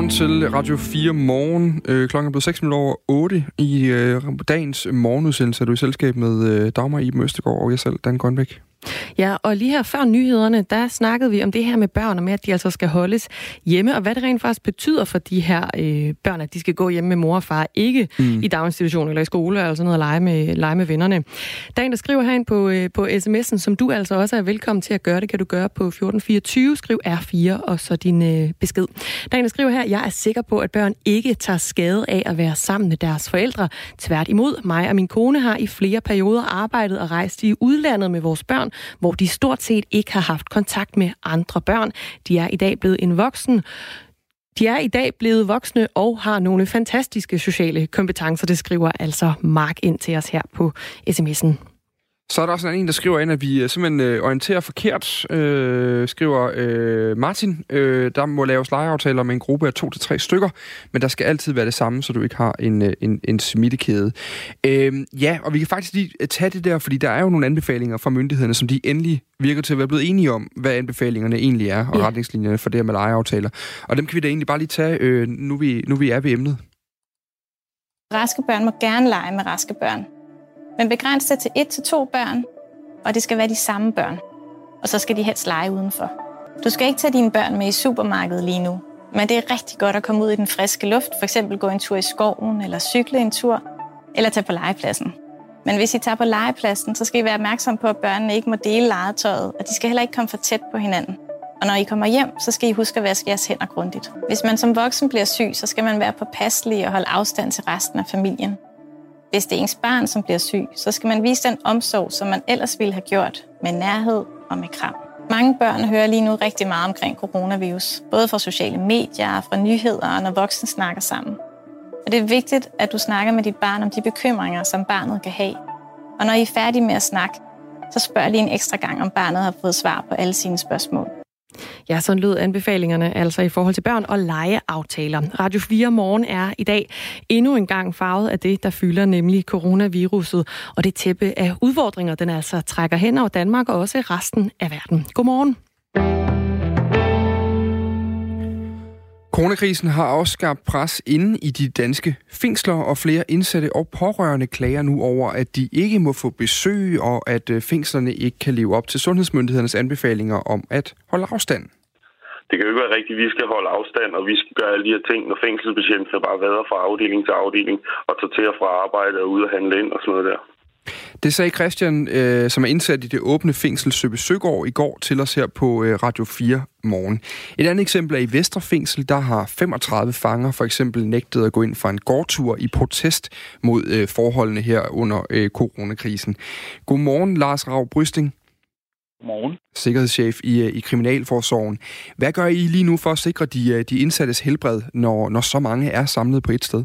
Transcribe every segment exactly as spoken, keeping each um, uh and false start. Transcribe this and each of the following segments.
Godmorgen til Radio fire Morgen. Øh, klokken er blevet seks minutter over otte. I øh, dagens morgenudsendelse er du i selskab med øh, Dagmar Iben Østergaard og jeg selv, Dan Grønbæk. Ja, og lige her før nyhederne, der snakkede vi om det her med børn, og med, at de altså skal holdes hjemme, og hvad det rent faktisk betyder for de her øh, børn, at de skal gå hjemme med mor og far, ikke mm. i daginstitution eller i skole, eller sådan noget, og lege med, lege med vennerne. Der er en, der skriver herind på, øh, på sms'en, som du altså også er velkommen til at gøre. Det kan du gøre på fjorten fireogtyve, skriv R fire, og så din øh, besked. Der er en, der skriver her, jeg er sikker på, at børn ikke tager skade af at være sammen med deres forældre. Tværtimod, mig og min kone har i flere perioder arbejdet og rejst i udlandet med vores børn, hvor de stort set ikke har haft kontakt med andre børn. De er i dag blevet en voksen. De er i dag blevet voksne og har nogle fantastiske sociale kompetencer. Det skriver altså Mark ind til os her på sms'en. Så er der også en, der skriver ind, at vi simpelthen øh, orienterer forkert, øh, skriver øh, Martin. Øh, der må laves legeaftaler med en gruppe af to til tre stykker, men der skal altid være det samme, så du ikke har en, en, en smittekæde. Øh, ja, og vi kan faktisk lige tage det der, fordi der er jo nogle anbefalinger fra myndighederne, som de endelig virker til at være blevet enige om, hvad anbefalingerne egentlig er, og ja. retningslinjerne for det her med legeaftaler. Og dem kan vi da egentlig bare lige tage, øh, nu, vi, nu vi er ved emnet. Raske børn må gerne lege med raske børn. Men begræns det til et til to børn, og det skal være de samme børn. Og så skal de helst lege udenfor. Du skal ikke tage dine børn med i supermarkedet lige nu, men det er rigtig godt at komme ud i den friske luft, for eksempel gå en tur i skoven, eller cykle en tur, eller tage på legepladsen. Men hvis I tager på legepladsen, så skal I være opmærksom på, at børnene ikke må dele legetøjet, og de skal heller ikke komme for tæt på hinanden. Og når I kommer hjem, så skal I huske at vaske jeres hænder grundigt. Hvis man som voksen bliver syg, så skal man være påpasselig og holde afstand til resten af familien. Hvis det er ens barn, som bliver syg, så skal man vise den omsorg, som man ellers ville have gjort, med nærhed og med kram. Mange børn hører lige nu rigtig meget omkring coronavirus, både fra sociale medier, fra nyheder og når voksne snakker sammen. Og det er vigtigt, at du snakker med dit barn om de bekymringer, som barnet kan have. Og når I er færdige med at snakke, så spørg lige en ekstra gang, om barnet har fået svar på alle sine spørgsmål. Ja, sådan lød anbefalingerne altså i forhold til børn og legeaftaler. Radio fire Morgen er i dag endnu en gang farvet af det, der fylder, nemlig coronaviruset, og det tæppe af udfordringer, den altså trækker hen over Danmark og også resten af verden. Godmorgen. Coronakrisen har også skabt pres inde i de danske fængsler, og flere indsatte og pårørende klager nu over, at de ikke må få besøg, og at fængslerne ikke kan leve op til sundhedsmyndighedernes anbefalinger om at holde afstand. Det kan jo ikke være rigtigt, at vi skal holde afstand, og vi skal gøre alle de her ting, når fængselsbetjentene bare vader fra afdeling til afdeling og tager til og fra arbejde og ud og handle ind og sådan noget der. Det sagde Christian, øh, som er indsat i det åbne fængsel Søby Søgaard i går til os her på øh, Radio fire Morgen. Et andet eksempel er i Vestre Fængsel. Der har femogtredive fanger for eksempel nægtet at gå ind for en gårdtur i protest mod øh, forholdene her under øh, coronakrisen. Godmorgen, Lars Rav Brysting. Godmorgen. Sikkerhedschef i, i Kriminalforsorgen. Hvad gør I lige nu for at sikre de, de indsattes helbred, når, når så mange er samlet på et sted?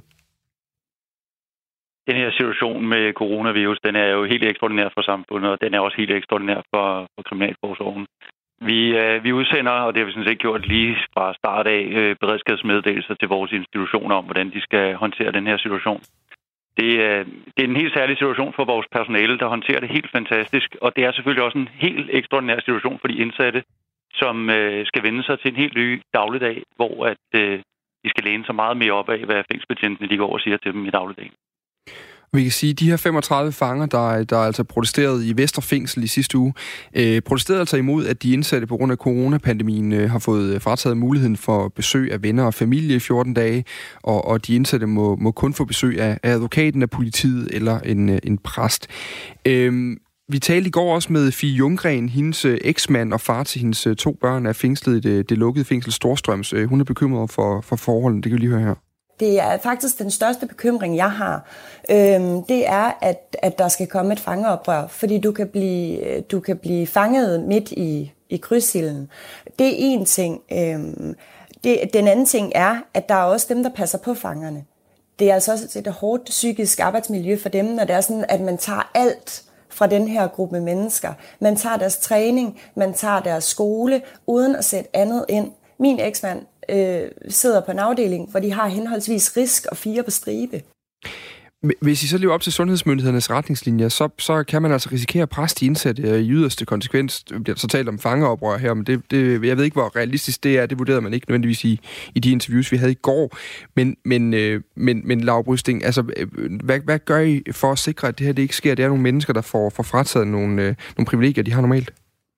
Den her situation med coronavirus, den er jo helt ekstraordinær for samfundet, og den er også helt ekstraordinær for, for Kriminalforsorgen. Vi, øh, vi udsender, og det har vi sådan set gjort lige fra start af, øh, beredskabsmeddelelser til vores institutioner om, hvordan de skal håndtere den her situation. Det, øh, det er en helt særlig situation for vores personale, der håndterer det helt fantastisk, og det er selvfølgelig også en helt ekstraordinær situation for de indsatte, som øh, skal vende sig til en helt ny dagligdag, hvor at, øh, de skal læne sig meget mere op af, hvad fængselsbetjentene de går og siger til dem i dagligdagen. Vi kan sige, at de her femogtredive fanger, der, der altså protesterede i Vestre Fængsel i sidste uge, øh, protesterede altså imod, at de indsatte på grund af coronapandemien øh, har fået frataget muligheden for besøg af venner og familie i fjorten dage, og, og de indsatte må, må kun få besøg af, af advokaten, af politiet eller en, en præst. Øh, vi talte i går også med Fie Junggren, hendes eksmand og far til hendes to børn er fængslet i det, det lukkede fængsel Storstrøms. Hun er bekymret for, for forholdene. Det kan vi lige høre her. Det er faktisk den største bekymring, jeg har. Øhm, det er, at, at der skal komme et fangeoprør, fordi du kan blive, du kan blive fanget midt i, i krydsilden. Det er en ting. Øhm, det, den anden ting er, at der er også dem, der passer på fangerne. Det er altså også et hårdt psykisk arbejdsmiljø for dem, når det er sådan, at man tager alt fra den her gruppe mennesker. Man tager deres træning, man tager deres skole, uden at sætte andet ind. Min eksmand øh, sidder på en afdeling, hvor de har henholdsvis risk og fire på stribe. Hvis I så lever op til sundhedsmyndighedernes retningslinjer, så, så kan man altså risikere at presse de indsatte i yderste konsekvens. Det bliver så talt om fangeoprør her, men det, det, jeg ved ikke, hvor realistisk det er. Det vurderede man ikke nødvendigvis i, i de interviews, vi havde i går. Men, men, øh, men, men Laura Brysting, altså, hvad, hvad gør I for at sikre, at det her det ikke sker? Det er nogle mennesker, der får, får frataget nogle, øh, nogle privilegier, de har normalt.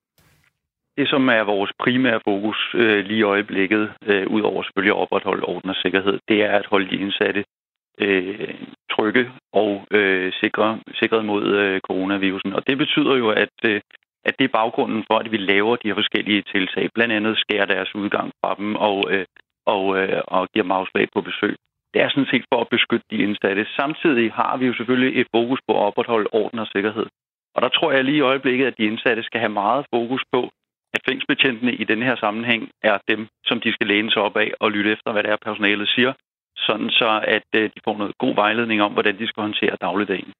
Det, som er vores primære fokus øh, lige i øjeblikket, øh, udover selvfølgelig at opretholde orden og sikkerhed, det er at holde de indsatte øh, trygge og øh, sikre, sikret mod øh, coronavirusen. Og det betyder jo, at, øh, at det er baggrunden for, at vi laver de her forskellige tiltag. Blandt andet skærer deres udgang fra dem og, øh, og, øh, og giver dem afslag på besøg. Det er sådan set for at beskytte de indsatte. Samtidig har vi jo selvfølgelig et fokus på at opretholde orden og sikkerhed. Og der tror jeg lige i øjeblikket, at de indsatte skal have meget fokus på, at fængselsbetjentene i denne her sammenhæng er dem, som de skal læne sig op af og lytte efter, hvad det er, personalet siger, sådan så at de får noget god vejledning om, hvordan de skal håndtere dagligdagen.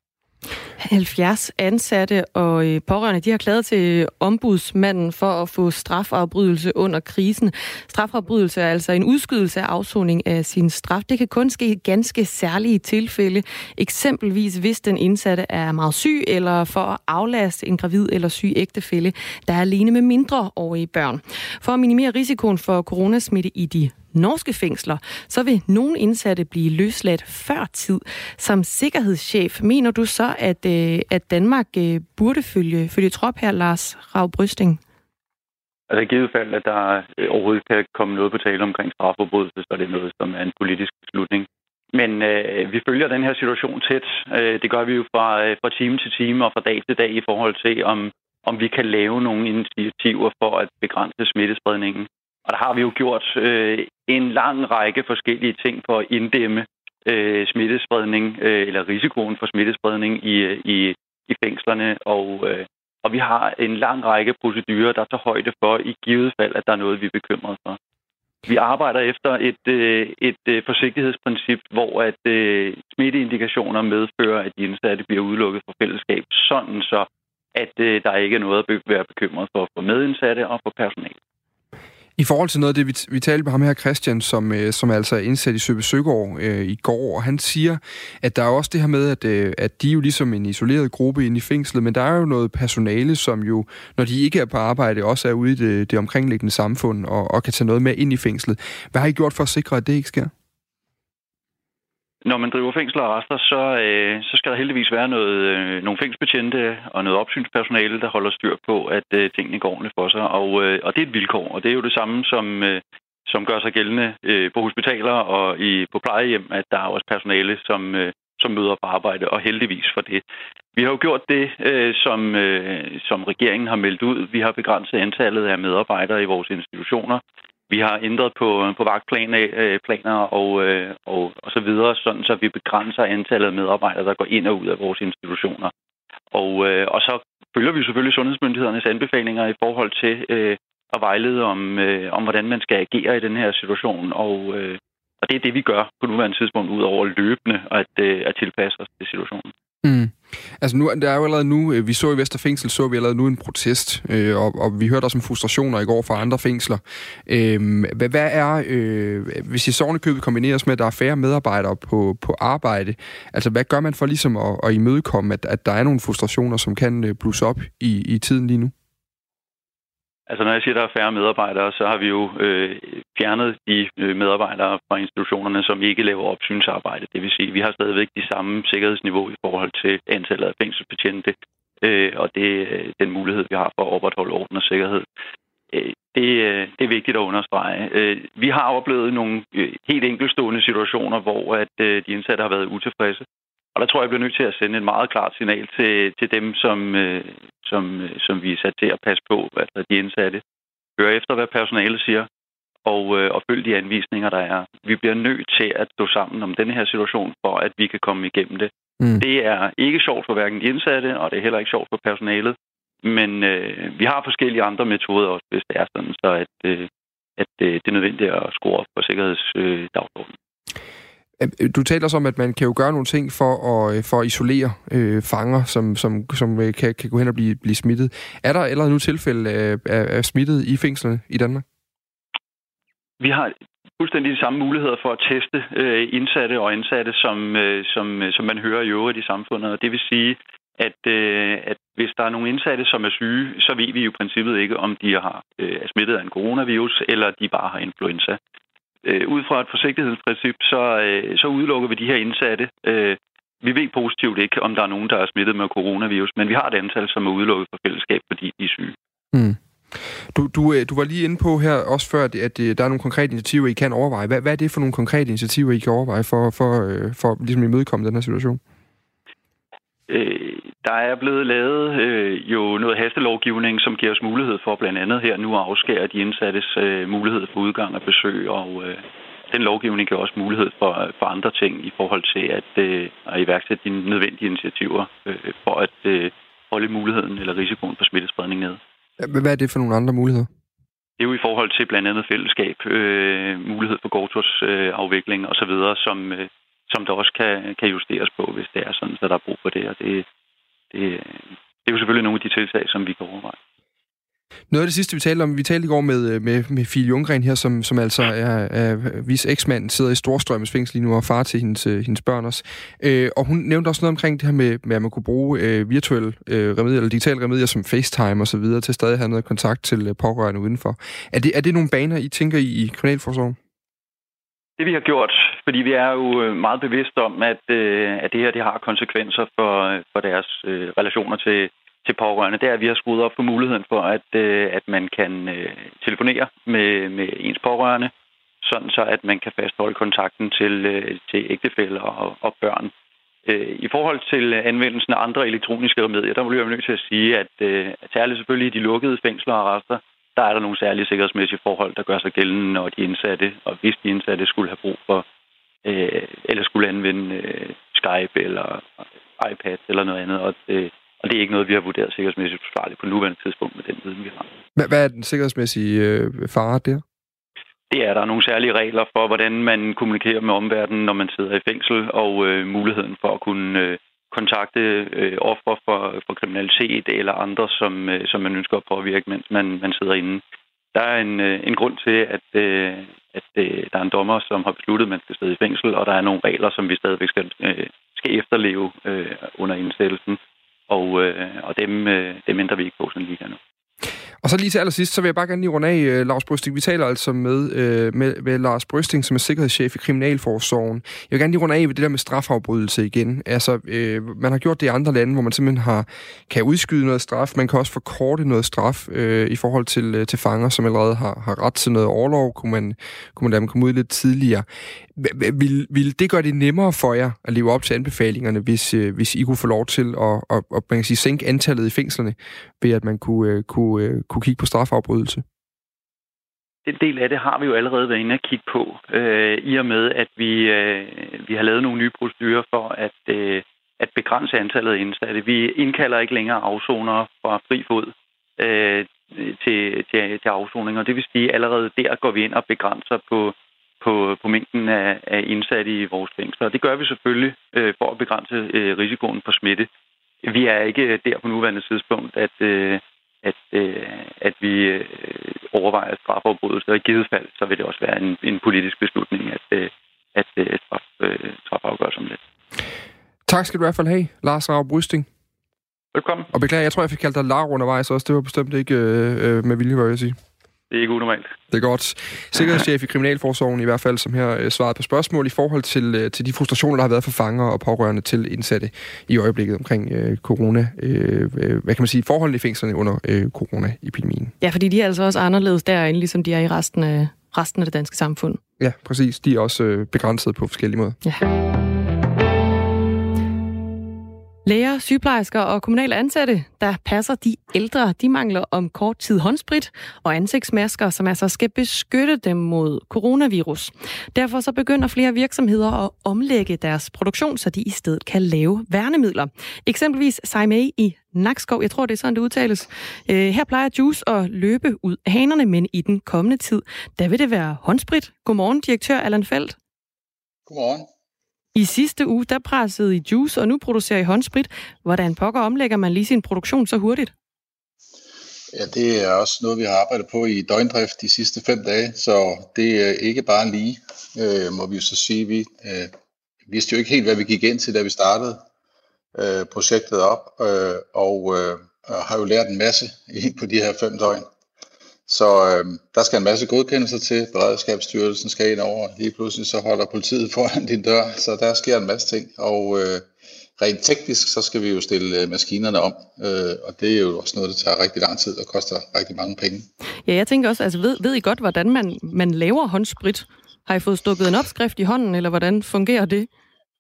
halvfjerds ansatte og pårørende, de har klaget til ombudsmanden for at få strafafbrydelse under krisen. Strafafbrydelse er altså en udskydelse af afsoning af sin straf. Det kan kun ske i ganske særlige tilfælde. Eksempelvis hvis den indsatte er meget syg, eller for at aflaste en gravid eller syg ægtefælle, der er alene med mindreårige børn. For at minimere risikoen for coronasmitte i de norske fængsler, så vil nogle indsatte blive løsladt før tid. Som sikkerhedschef, mener du så, at, øh, at Danmark øh, burde følge, følge trop her, Lars Rav Brysting? Altså i givet fald, at der overhovedet kan komme noget på tale omkring strafforbrydelse, så er det noget, som er en politisk beslutning. Men øh, vi følger den her situation tæt. Øh, det gør vi jo fra, øh, fra time til time og fra dag til dag i forhold til, om, om vi kan lave nogle initiativer for at begrænse smittespredningen. Og der har vi jo gjort øh, en lang række forskellige ting for at inddæmme øh, smittespredning, øh, eller risikoen for smittespredning i, i, i fængslerne. Og, øh, og vi har en lang række procedurer, der tager højde for i givet fald, at der er noget, vi er bekymret for. Vi arbejder efter et, øh, et øh, forsigtighedsprincip, hvor at øh, smitteindikationer medfører, at de indsatte bliver udelukket fra fællesskab, sådan så at øh, der ikke er noget at være bekymret for for medindsatte og for personale. I forhold til noget af det, vi, vi talte med ham her, Christian, som, øh, som altså er indsat i Søby Søgaard øh, i går, og han siger, at der er også det her med, at, øh, at de er jo ligesom en isoleret gruppe inde i fængslet, men der er jo noget personale, som jo, når de ikke er på arbejde, også er ude i det, det omkringliggende samfund, og, og kan tage noget med ind i fængslet. Hvad har I gjort for at sikre, at det ikke sker? Når man driver fængsler og arrester, så, øh, så skal der heldigvis være noget, øh, nogle fængselsbetjente og noget opsynspersonale, der holder styr på, at øh, tingene går ordentligt for sig. Og, øh, og det er et vilkår, og det er jo det samme, som, øh, som gør sig gældende øh, på hospitaler og i, på plejehjem, at der er også personale, som, øh, som møder på arbejde, og heldigvis for det. Vi har jo gjort det, øh, som, øh, som regeringen har meldt ud. Vi har begrænset antallet af medarbejdere i vores institutioner. Vi har ændret på, på vagtplaner og, og, og så videre, sådan så vi begrænser antallet af medarbejdere, der går ind og ud af vores institutioner. Og, og så følger vi selvfølgelig sundhedsmyndighedernes anbefalinger i forhold til øh, at vejlede om, øh, om, hvordan man skal agere i den her situation. Og, øh, og det er det, vi gør på nuværende tidspunkt, ud over løbende at, øh, at tilpasse os til situationen. Mm. Altså nu, der er jo allerede nu, vi så i Vestre Fængsel, så vi allerede nu en protest, øh, og, og vi hørte også om frustrationer i går fra andre fængsler. Øh, hvad, hvad er, øh, hvis I sovnekøbet kombineres med, at der er færre medarbejdere på, på arbejde, altså hvad gør man for ligesom at, at imødekomme, at, at der er nogle frustrationer, som kan blusse op i, i tiden lige nu? Altså når jeg siger, at der er færre medarbejdere, så har vi jo øh, fjernet de øh, medarbejdere fra institutionerne, som ikke laver opsynsarbejde. Det vil sige, at vi har stadigvæk de samme sikkerhedsniveau i forhold til antallet af fængselsbetjente, øh, og det er den mulighed, vi har for at opretholde orden og sikkerhed. Øh, det, øh, det er vigtigt at understrege. Øh, vi har oplevet nogle øh, helt enkeltstående situationer, hvor at, øh, de indsatte har været utilfredse. Og der tror jeg, jeg bliver nødt til at sende et meget klart signal til, til dem, som, øh, som, øh, som vi er sat til at passe på, altså de indsatte. Hør efter, hvad personalet siger, og, øh, og følg de anvisninger, der er. Vi bliver nødt til at stå sammen om denne her situation, for at vi kan komme igennem det. Mm. Det er ikke sjovt for hverken de indsatte, og det er heller ikke sjovt for personalet. Men øh, vi har forskellige andre metoder også, hvis det er sådan, så at, øh, at øh, det er nødvendigt at skrue op på sikkerhedsdagsordenen. Du taler også om, at man kan jo gøre nogle ting for at, for at isolere øh, fanger, som, som, som kan, kan gå hen og blive, blive smittet. Er der allerede nu tilfælde af, af, af smittet i fængslerne i Danmark? Vi har, fuldstændig de samme muligheder for at teste øh, indsatte og ansatte, som, øh, som, som man hører i øvrigt i samfundet. Og det vil sige, at, øh, at hvis der er nogle indsatte, som er syge, så ved vi jo i princippet ikke, om de har, øh, er smittet af en coronavirus, eller de bare har influenza. Øh, ud fra et forsigtighedsprincip, så, øh, så udelukker vi de her indsatte. Øh, vi ved positivt ikke, om der er nogen, der er smittet med coronavirus, men vi har et antal, som er udelukket fra fællesskab, fordi de er syge. Mm. Du, du, du var lige inde på her, også før, at, at der er nogle konkrete initiativer, I kan overveje. Hvad, hvad er det for nogle konkrete initiativer, I kan overveje for, for, for ligesom at imødekomme den her situation? Øh, der er blevet lavet øh, jo noget hastelovgivning, som giver os mulighed for blandt andet her nu at afskære de indsattes øh, mulighed for udgang og besøg, og øh, den lovgivning giver også mulighed for, for andre ting i forhold til at, øh, at iværksætte de nødvendige initiativer øh, for at øh, holde muligheden eller risikoen for smittespredning nede. Hvad er det for nogle andre muligheder? Det er jo i forhold til blandt andet fællesskab, øh, mulighed for gårdsafvikling øh, osv., som, øh, som der også kan, kan justeres på, hvis det er sådan, så der er brug for det. Og det, det, det er jo selvfølgelig nogle af de tiltag, som vi kan overveje. Noget af det sidste, vi talte om, vi talte i går med, med, med Fie Ljunggren her, som, som altså er, er vis eksmand, sidder i Storstrømmes fængsel lige nu og er far til hendes, hendes børn også. Øh, og hun nævnte også noget omkring det her med, med at man kunne bruge øh, virtuelle øh, remedier, eller digitale remedier som FaceTime og så videre, til stadig at have noget kontakt til øh, pårørende udenfor. Er det, er det nogle baner, I tænker i i kriminalforsorgen? Det vi har gjort, fordi vi er jo meget bevidste om, at, øh, at det her det har konsekvenser for, for deres øh, relationer til til pårørende, det er, at vi har skruet op for muligheden for, at, øh, at man kan øh, telefonere med, med ens pårørende, sådan så at man kan fastholde kontakten til, øh, til ægtefæller og, og børn. Øh, I forhold til anvendelsen af andre elektroniske remedier, der må jeg jo nødt til at sige, at, øh, at særligt selvfølgelig i de lukkede fængsler og arrester, der er der nogle særlige sikkerhedsmæssige forhold, der gør sig gældende, når de indsatte, og hvis de indsatte skulle have brug for, øh, eller skulle anvende øh, Skype eller iPad eller noget andet, og øh, Og det er ikke noget, vi har vurderet sikkerhedsmæssigt forsvarligt på nuværende tidspunkt med den viden, vi har. Hvad er den sikkerhedsmæssige øh, fare der? Det er, der er nogle særlige regler for, hvordan man kommunikerer med omverdenen, når man sidder i fængsel, og øh, muligheden for at kunne øh, kontakte øh, ofre for, for kriminalitet eller andre, som, øh, som man ønsker at påvirke, mens man, man sidder inde. Der er en, øh, en grund til, at, øh, at øh, der er en dommer, som har besluttet, at man skal sidde i fængsel, og der er nogle regler, som vi stadigvæk skal, øh, skal efterleve øh, under indsættelsen. Og, øh, og dem, øh, dem ændrer vi ikke på sådan lige her nu. Og så lige til allersidst, så vil jeg bare gerne lige runde af, uh, Lars Brysting. Vi taler altså med, uh, med, med Lars Brysting, som er sikkerhedschef i Kriminalforsorgen. Jeg vil gerne lige runde af ved det der med strafafbrydelse igen. Altså, uh, man har gjort det i andre lande, hvor man simpelthen har, kan udskyde noget straf. Man kan også forkorte noget straf uh, i forhold til, uh, til fanger, som allerede har, har ret til noget orlov. Kunne man, kunne man dermed komme ud lidt tidligere. Vil, vil det gøre det nemmere for jer at leve op til anbefalingerne, hvis, uh, hvis I kunne få lov til at, at, at man kan sige, sænke antallet i fængslerne, ved at man kunne, uh, kunne, uh, kunne kigge på strafafbrydelse? Den del af det har vi jo allerede været inde at kigge på, øh, i og med, at vi, øh, vi har lavet nogle nye procedurer for at, øh, at begrænse antallet af indsatte. Vi indkalder ikke længere afsonere fra fri fod øh, til, til, til afsoning, og det vil sige, at allerede der går vi ind og begrænser på på, på mængden af, af indsatte i vores fængsler. Det gør vi selvfølgelig øh, for at begrænse øh, risikoen for smitte. Vi er ikke der på nuværende tidspunkt, at, øh, at, øh, at vi øh, overvejer strafafbrydelse, og i givet fald, så vil det også være en, en politisk beslutning, at, øh, at øh, straf, øh, strafafgøres om lidt. Tak skal du i hvert fald have, Lars Rav Brysting. Velkommen. Og beklager, jeg tror, jeg fik kaldt dig Lar undervejs også. Det var bestemt ikke øh, med vilje, hvad jeg sige. Det er ikke unormalt. Det er godt. Sikkerhedschef i Kriminalforsorgen i hvert fald, som her øh, svarede på spørgsmål i forhold til, øh, til de frustrationer, der har været for fanger og pårørende til indsatte i øjeblikket omkring øh, corona. Øh, hvad kan man sige? Forholdene i fængslerne under øh, coronaepidemien. Ja, fordi de er altså også anderledes derinde, ligesom de er i resten af, resten af det danske samfund. Ja, præcis. De er også øh, begrænset på forskellige måder. Ja. Læger, sygeplejersker og kommunale ansatte, der passer de ældre, de mangler om kort tid håndsprit og ansigtsmasker, som altså skal beskytte dem mod coronavirus. Derfor så begynder flere virksomheder at omlægge deres produktion, så de i stedet kan lave værnemidler. Eksempelvis Seimei i Nakskov, jeg tror det er sådan det udtales. Her plejer Juice at løbe ud af hanerne, men i den kommende tid, der vil det være håndsprit. Godmorgen, direktør Allan Feldt. Godmorgen. I sidste uge, der pressede I Juice, og nu producerer I håndsprit. Hvordan pokker omlægger man lige sin produktion så hurtigt? Ja, det er også noget, vi har arbejdet på i døgndrift de sidste fem dage, så det er ikke bare lige, øh, må vi jo så sige. Vi øh, vidste jo ikke helt, hvad vi gik ind til, da vi startede øh, projektet op, øh, og øh, har jo lært en masse på de her fem døgn. Så øh, der skal en masse godkendelser til, Beredskabsstyrelsen skal ind over, lige pludselig så holder politiet foran din dør, så der sker en masse ting, og øh, rent teknisk, så skal vi jo stille maskinerne om, øh, og det er jo også noget, der tager rigtig lang tid og koster rigtig mange penge. Ja, jeg tænker også, altså ved, ved I godt, hvordan man, man laver håndsprit? Har I fået stukket en opskrift i hånden, eller hvordan fungerer det?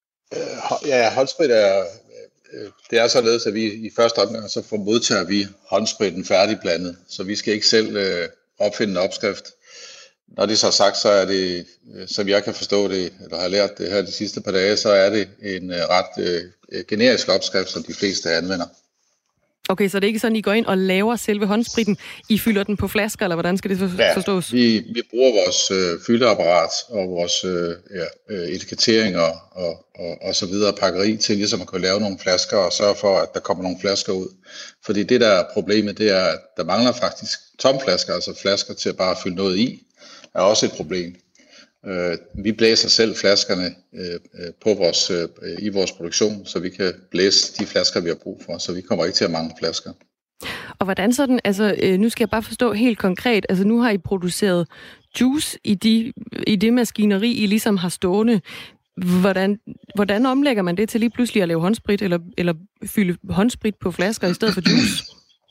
Øh, ja, håndsprit er, øh, det er således, at vi i første omgang, så modtager vi håndspritten færdigblandet, så vi skal ikke selv øh, opfinde en opskrift. Når det så er sagt, så er det, som jeg kan forstå det, eller har lært det her de sidste par dage, så er det en ret øh, generisk opskrift, som de fleste anvender. Okay, så det er ikke sådan, I går ind og laver selve håndspritten, I fylder den på flasker, eller hvordan skal det forstås? Ja, vi, vi bruger vores øh, fyldeapparat og vores øh, ja, etikettering og, og, og, og så videre pakkeri til ligesom at kunne lave nogle flasker og sørge for, at der kommer nogle flasker ud. Fordi det, der er problemet, det er, at der mangler faktisk tomflasker, altså flasker til at bare fylde noget i, er også et problem. Øh, vi blæser selv flaskerne øh, på vores, øh, i vores produktion, så vi kan blæse de flasker, vi har brug for, så vi kommer ikke til at mangle flasker. Og hvordan sådan, altså øh, nu skal jeg bare forstå helt konkret, altså nu har I produceret juice i, de, i det maskineri, I ligesom har stående. Hvordan, hvordan omlægger man det til lige pludselig at lave håndsprit, eller, eller fylde håndsprit på flasker i stedet for juice?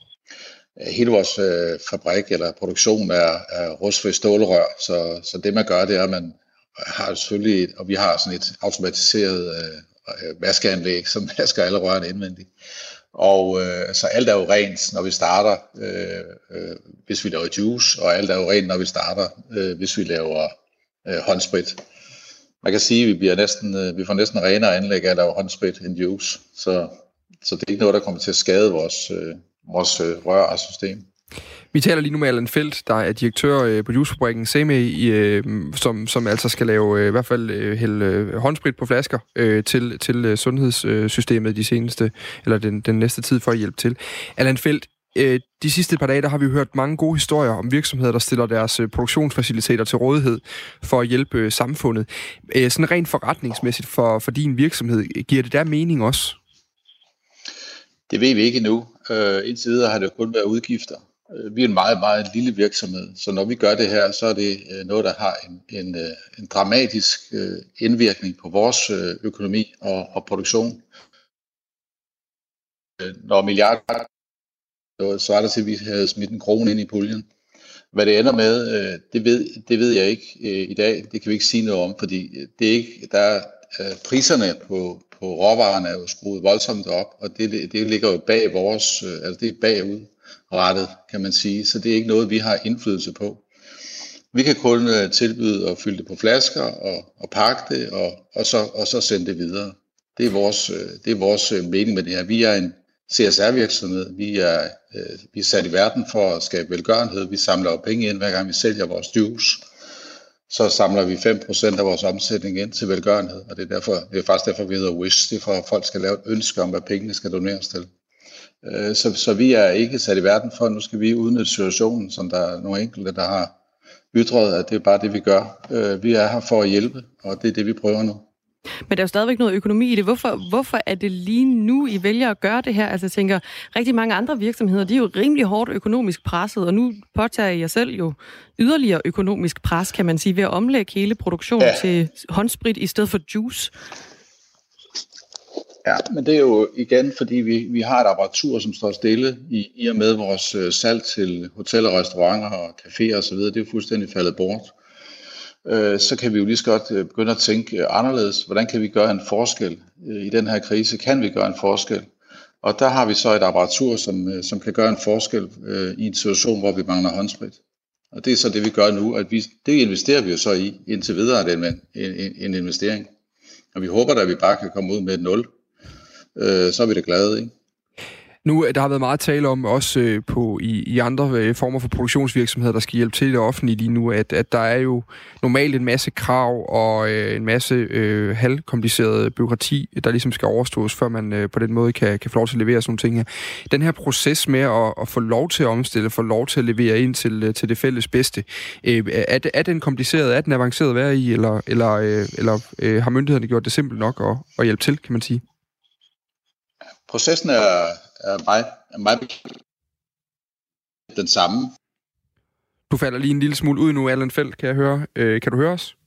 Hele vores øh, fabrik eller produktion er, er rustfri stålrør, så, så det man gør, det er, at man har selvfølgelig, og vi har sådan et automatiseret øh, vaskeanlæg, som vasker alle rørene indvendigt. Og øh, så alt er jo rent, når vi starter, øh, øh, hvis vi laver juice, og alt er jo rent, når vi starter, øh, hvis vi laver øh, håndsprit. Man kan sige, at vi, bliver næsten, øh, vi får næsten renere anlæg af at lave håndsprit end juice, så, så det er ikke noget, der kommer til at skade vores øh, vores øh, rør og system. Vi taler lige nu med Allan Feldt, der er direktør øh, på juicefabrikken Semi, øh, som, som altså skal lave øh, i hvert fald øh, hælde øh, håndsprit på flasker øh, til, til øh, sundhedssystemet de seneste, eller den, den næste tid for at hjælpe til. Allan Feldt, øh, de sidste par dage, der har vi jo hørt mange gode historier om virksomheder, der stiller deres øh, produktionsfaciliteter til rådighed for at hjælpe øh, samfundet. Øh, sådan rent forretningsmæssigt for, for din virksomhed, giver det der mening også? Det ved vi ikke endnu. Uh, indtil videre har det kun været udgifter. Uh, vi er en meget, meget lille virksomhed, så når vi gør det her, så er det uh, noget, der har en, en, uh, en dramatisk uh, indvirkning på vores uh, økonomi og, og produktion. Uh, når milliarder, så er det til, at vi havde smidt en krone ind i puljen. Hvad det ender med, uh, det, ved, det ved jeg ikke uh, i dag. Det kan vi ikke sige noget om, fordi det er ikke, der er uh, priserne på på råvarerne er jo skruet voldsomt op, og det, det ligger jo bag vores, altså det er bagudrettet, kan man sige, så det er ikke noget, vi har indflydelse på. Vi kan kun tilbyde at fylde det på flasker og, og pakke det, og, og, så, og så sende det videre. Det er, vores, det er vores mening med det her. Vi er en C S R-virksomhed, vi er, vi er sat i verden for at skabe velgørenhed, vi samler jo penge ind, hver gang vi sælger vores juice. Så samler vi fem procent af vores omsætning ind til velgørenhed, og det er, derfor, det er faktisk derfor, vi hedder WISH. Det er for, at folk skal lave et ønske om, hvad pengene skal doneres til. Så, så vi er ikke sat i verden for, at nu skal vi udnytte situationen, som der er nogle enkelte, der har ytret, at det er bare det, vi gør. Vi er her for at hjælpe, og det er det, vi prøver nu. Men der er jo stadigvæk noget økonomi i det. Hvorfor, hvorfor er det lige nu, I vælger at gøre det her? Altså jeg tænker, rigtig mange andre virksomheder, de er jo rimelig hårdt økonomisk presset, og nu påtager jeg selv jo yderligere økonomisk pres, kan man sige, ved at omlægge hele produktionen ja. til håndsprit i stedet for juice. Ja, men det er jo igen, fordi vi, vi har et apparatur, som står stille i, i og med vores øh, salg til hoteller, restauranter og caféer osv. Det er jo fuldstændig faldet bort. Så kan vi jo lige så godt begynde at tænke anderledes. Hvordan kan vi gøre en forskel i den her krise? Kan vi gøre en forskel? Og der har vi så et apparatur, som, som kan gøre en forskel i en situation, hvor vi mangler håndsprit. Og det er så det, vi gør nu. At vi, det investerer vi jo så i indtil videre, det er en, en, en investering. Og vi håber, at vi bare kan komme ud med et nul. Så er vi da glade, ikke? Nu, der har været meget tale om, også øh, på, i, i andre øh, former for produktionsvirksomheder, der skal hjælpe til det offentlige lige nu, at, at der er jo normalt en masse krav og øh, en masse øh, halvkompliceret byråkrati, der ligesom skal overstås, før man øh, på den måde kan, kan få lov til at levere sådan nogle ting her. Den her proces med at, at få lov til at omstille, få lov til at levere ind til, til det fælles bedste, øh, er, er den kompliceret, er den avanceret at være i, eller, eller, øh, eller øh, har myndighederne gjort det simpelt nok at, at hjælpe til, kan man sige? Processen er, er meget, er meget den samme. Du falder lige en lille smule ud nu, Allan Feldt, kan jeg høre. Øh, kan du høre os?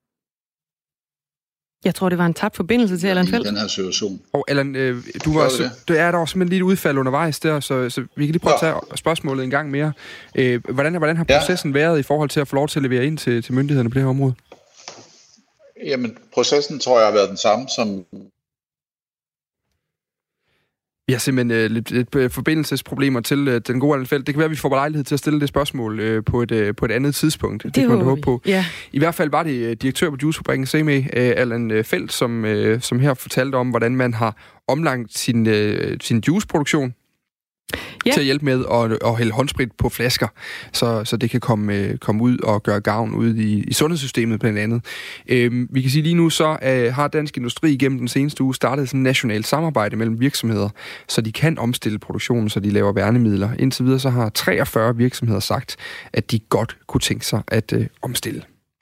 Jeg tror, det var en tabt forbindelse til Allan Feldt. I den her situation. Og Allan, øh, du var så, det er der også simpelthen lidt udfald undervejs der, så, så vi kan lige prøve ja. at tage spørgsmålet en gang mere. Øh, hvordan, hvordan har processen ja. været i forhold til at få lov til at levere ind til, til myndighederne på det her område? Jamen, processen tror jeg har været den samme som... Vi har simpelthen uh, lidt, lidt forbindelsesproblemer til uh, den gode Allan Feldt. Det kan være, at vi får lejlighed til at stille det spørgsmål uh, på, et, uh, på et andet tidspunkt. Det, det kan man håbe på. Ja. I hvert fald var det uh, direktør på Juicefabrikken C M E, uh, Allan Feldt, som, uh, som her fortalte om, hvordan man har omlagt sin, uh, sin juiceproduktion ja. til at hjælpe med at, at hælde håndsprit på flasker, så, så det kan komme, komme ud og gøre gavn ude i, i sundhedssystemet blandt andet. Øhm, vi kan sige lige nu, så øh, har Dansk Industri igennem den seneste uge startet sådan et nationalt samarbejde mellem virksomheder, så de kan omstille produktionen, så de laver værnemidler. Indtil videre så har treogfyrre virksomheder sagt, at de godt kunne tænke sig at øh, omstille.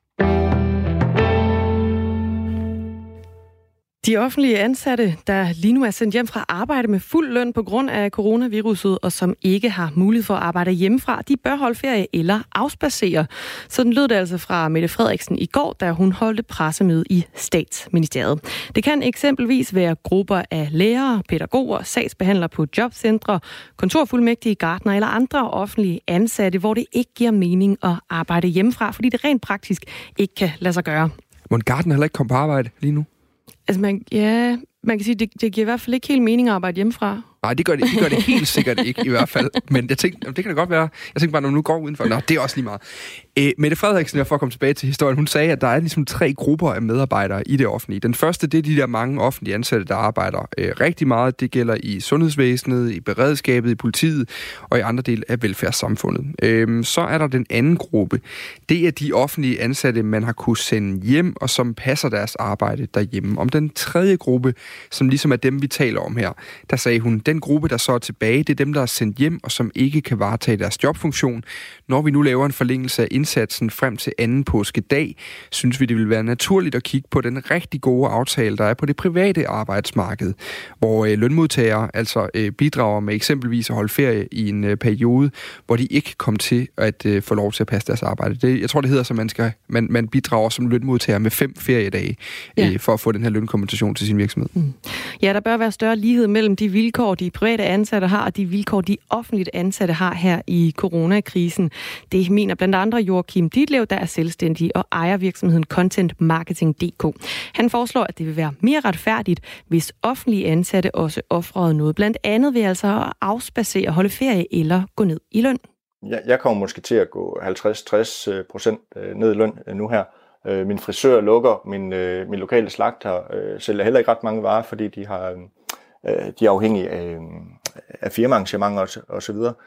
De offentlige ansatte, der lige nu er sendt hjem fra arbejde med fuld løn på grund af coronaviruset, og som ikke har mulighed for at arbejde hjemmefra, de bør holde ferie eller afspacere. Sådan lød det altså fra Mette Frederiksen i går, da hun holdte pressemøde i Statsministeriet. Det kan eksempelvis være grupper af lærere, pædagoger, sagsbehandlere på jobcentre, kontorfuldmægtige, gartner eller andre offentlige ansatte, hvor det ikke giver mening at arbejde hjemmefra, fordi det rent praktisk ikke kan lade sig gøre. Må en gartner heller ikke komme på arbejde lige nu? Altså, man, ja, man kan sige, det, det giver i hvert fald ikke helt mening at arbejde hjemmefra. Nej, det gør det, det gør det helt sikkert ikke, i hvert fald. Men jeg tænkte, det kan da godt være. Jeg tænkte bare, når man nu går udenfor. Nå, det er også lige meget. Æ, Mette Frederiksen, for at komme tilbage til historien, hun sagde, at der er ligesom tre grupper af medarbejdere i det offentlige. Den første, det er de der mange offentlige ansatte, der arbejder øh, rigtig meget. Det gælder i sundhedsvæsenet, i beredskabet, i politiet og i andre dele af velfærdssamfundet. Æ, så er der den anden gruppe. Det er de offentlige ansatte, man har kunne sende hjem, og som passer deres arbejde derhjemme. Om den tredje gruppe, som ligesom er dem, vi taler om her, der sagde hun, den gruppe, der så er tilbage, det er dem, der er sendt hjem, og som ikke kan varetage deres jobfunktion. Når vi nu laver en forlængelse af indsatsen frem til anden påskedag, synes vi, det vil være naturligt at kigge på den rigtig gode aftale, der er på det private arbejdsmarked, hvor øh, lønmodtagere altså øh, bidrager med eksempelvis at holde ferie i en øh, periode, hvor de ikke kommer til at øh, få lov til at passe deres arbejde. Det, jeg tror, det hedder, så man, skal, man, man bidrager som lønmodtager med fem feriedage øh, ja. for at få den her lønkompensation til sin virksomhed. Mm. Ja, der bør være større lighed mellem de vilkår, de private ansatte har, og de vilkår, de offentligt ansatte har her i coronakrisen. Det mener blandt andre Joachim Ditlev, der er selvstændig og ejer virksomheden Content Marketing punktum d k. Han foreslår, at det vil være mere retfærdigt, hvis offentlige ansatte også offrede noget. Blandt andet ved altså at afspacere, holde ferie eller gå ned i løn. Jeg, jeg kommer måske til at gå halvtreds til tres procent ned i løn nu her. Min frisør lukker, min, min lokale slagter sælger heller ikke ret mange varer, fordi de har... De er afhængige af, af firmaarrangementer og så videre.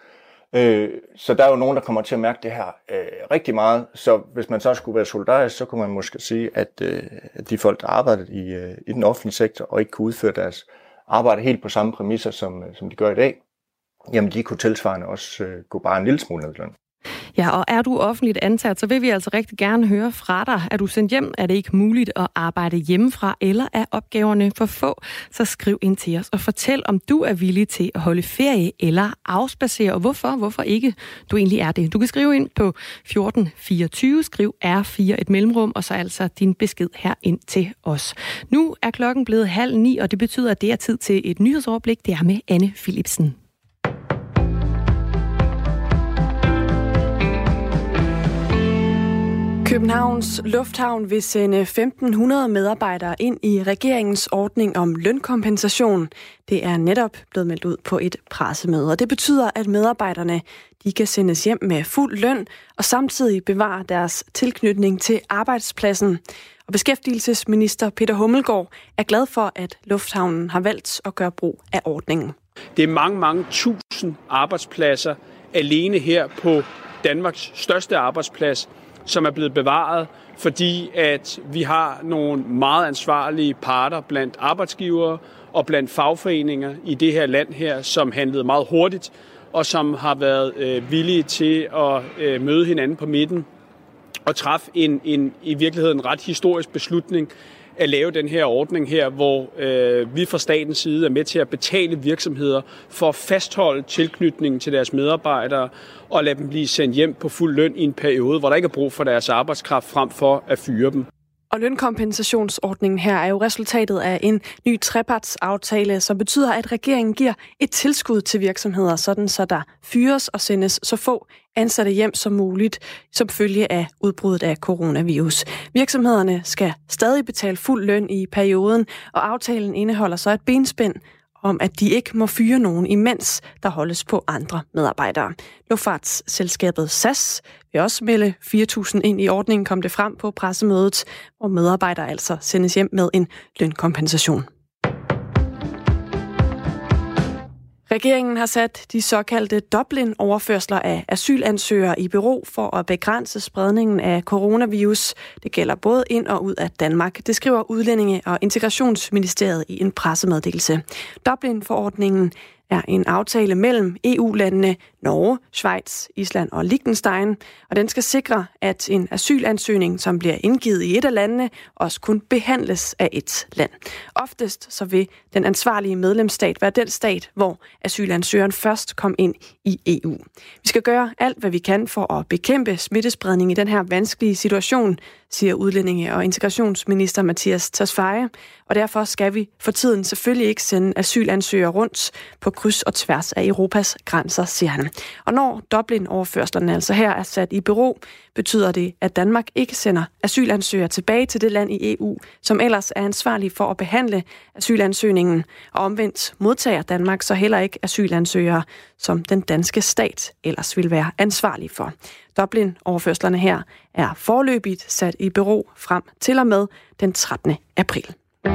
Så der er jo nogen, der kommer til at mærke det her rigtig meget. Så hvis man så skulle være solidarisk, så kunne man måske sige, at de folk, der arbejder i, i den offentlige sektor og ikke kunne udføre deres arbejde helt på samme præmisser, som, som de gør i dag, jamen de kunne tilsvarende også gå bare en lille smule ned i løn. Ja, og er du offentligt ansat, så vil vi altså rigtig gerne høre fra dig. Er du sendt hjem? Er det ikke muligt at arbejde hjemmefra, eller er opgaverne for få? Så skriv ind til os og fortæl, om du er villig til at holde ferie eller afspacere, og hvorfor, hvorfor ikke du egentlig er det. Du kan skrive ind på fjorten fireogtyve, skriv R fire et mellemrum, og så altså din besked her ind til os. Nu er klokken blevet halv ni, og det betyder, at det er tid til et nyhedsoverblik. Det er med Anne Philipsen. Københavns Lufthavn vil sende femten hundrede medarbejdere ind i regeringens ordning om lønkompensation. Det er netop blevet meldt ud på et pressemøde, og det betyder, at medarbejderne de kan sendes hjem med fuld løn og samtidig bevare deres tilknytning til arbejdspladsen. Og beskæftigelsesminister Peter Hummelgaard er glad for, at Lufthavnen har valgt at gøre brug af ordningen. Det er mange, mange tusind arbejdspladser alene her på Danmarks største arbejdsplads, som er blevet bevaret, fordi at vi har nogle meget ansvarlige parter blandt arbejdsgivere og blandt fagforeninger i det her land her, som handlede meget hurtigt og som har været øh, villige til at øh, møde hinanden på midten og træffe en, en i virkeligheden ret historisk beslutning at lave den her ordning her, hvor øh, vi fra statens side er med til at betale virksomheder for at fastholde tilknytningen til deres medarbejdere og lade dem blive sendt hjem på fuld løn i en periode, hvor der ikke er brug for deres arbejdskraft frem for at fyre dem. Og lønkompensationsordningen her er jo resultatet af en ny trepartsaftale, som betyder, at regeringen giver et tilskud til virksomheder, sådan så der fyres og sendes så få ansatte hjem som muligt, som følge af udbruddet af coronavirus. Virksomhederne skal stadig betale fuld løn i perioden, og aftalen indeholder så et benspænd om, at de ikke må fyre nogen, imens der holdes på andre medarbejdere. Luftfartsselskabet S A S vil også melde fire tusind ind i ordningen, kom det frem på pressemødet, hvor medarbejdere altså sendes hjem med en lønkompensation. Regeringen har sat de såkaldte Dublin-overførsler af asylansøgere i bero for at begrænse spredningen af coronavirus. Det gælder både ind og ud af Danmark. Det skriver Udlændinge- og Integrationsministeriet i en pressemeddelelse. Dublin-forordningen er en aftale mellem E U-landene Norge, Schweiz, Island og Liechtenstein, og den skal sikre, at en asylansøgning, som bliver indgivet i et af landene, også kun behandles af et land. Oftest så vil den ansvarlige medlemsstat være den stat, hvor asylansøgeren først kom ind i E U. Vi skal gøre alt, hvad vi kan for at bekæmpe smittespredning i den her vanskelige situation, siger Udlændinge- og Integrationsminister Mattias Tesfaye, og derfor skal vi for tiden selvfølgelig ikke sende asylansøgere rundt på kryds og tværs af Europas grænser, siger han. Og når Dublin-overførslerne altså her er sat i bero, betyder det, at Danmark ikke sender asylansøgere tilbage til det land i E U, som ellers er ansvarlig for at behandle asylansøgningen, og omvendt modtager Danmark så heller ikke asylansøgere, som den danske stat ellers vil være ansvarlig for. Dublin-overførslerne her er foreløbigt sat i bero frem til og med den trettende april.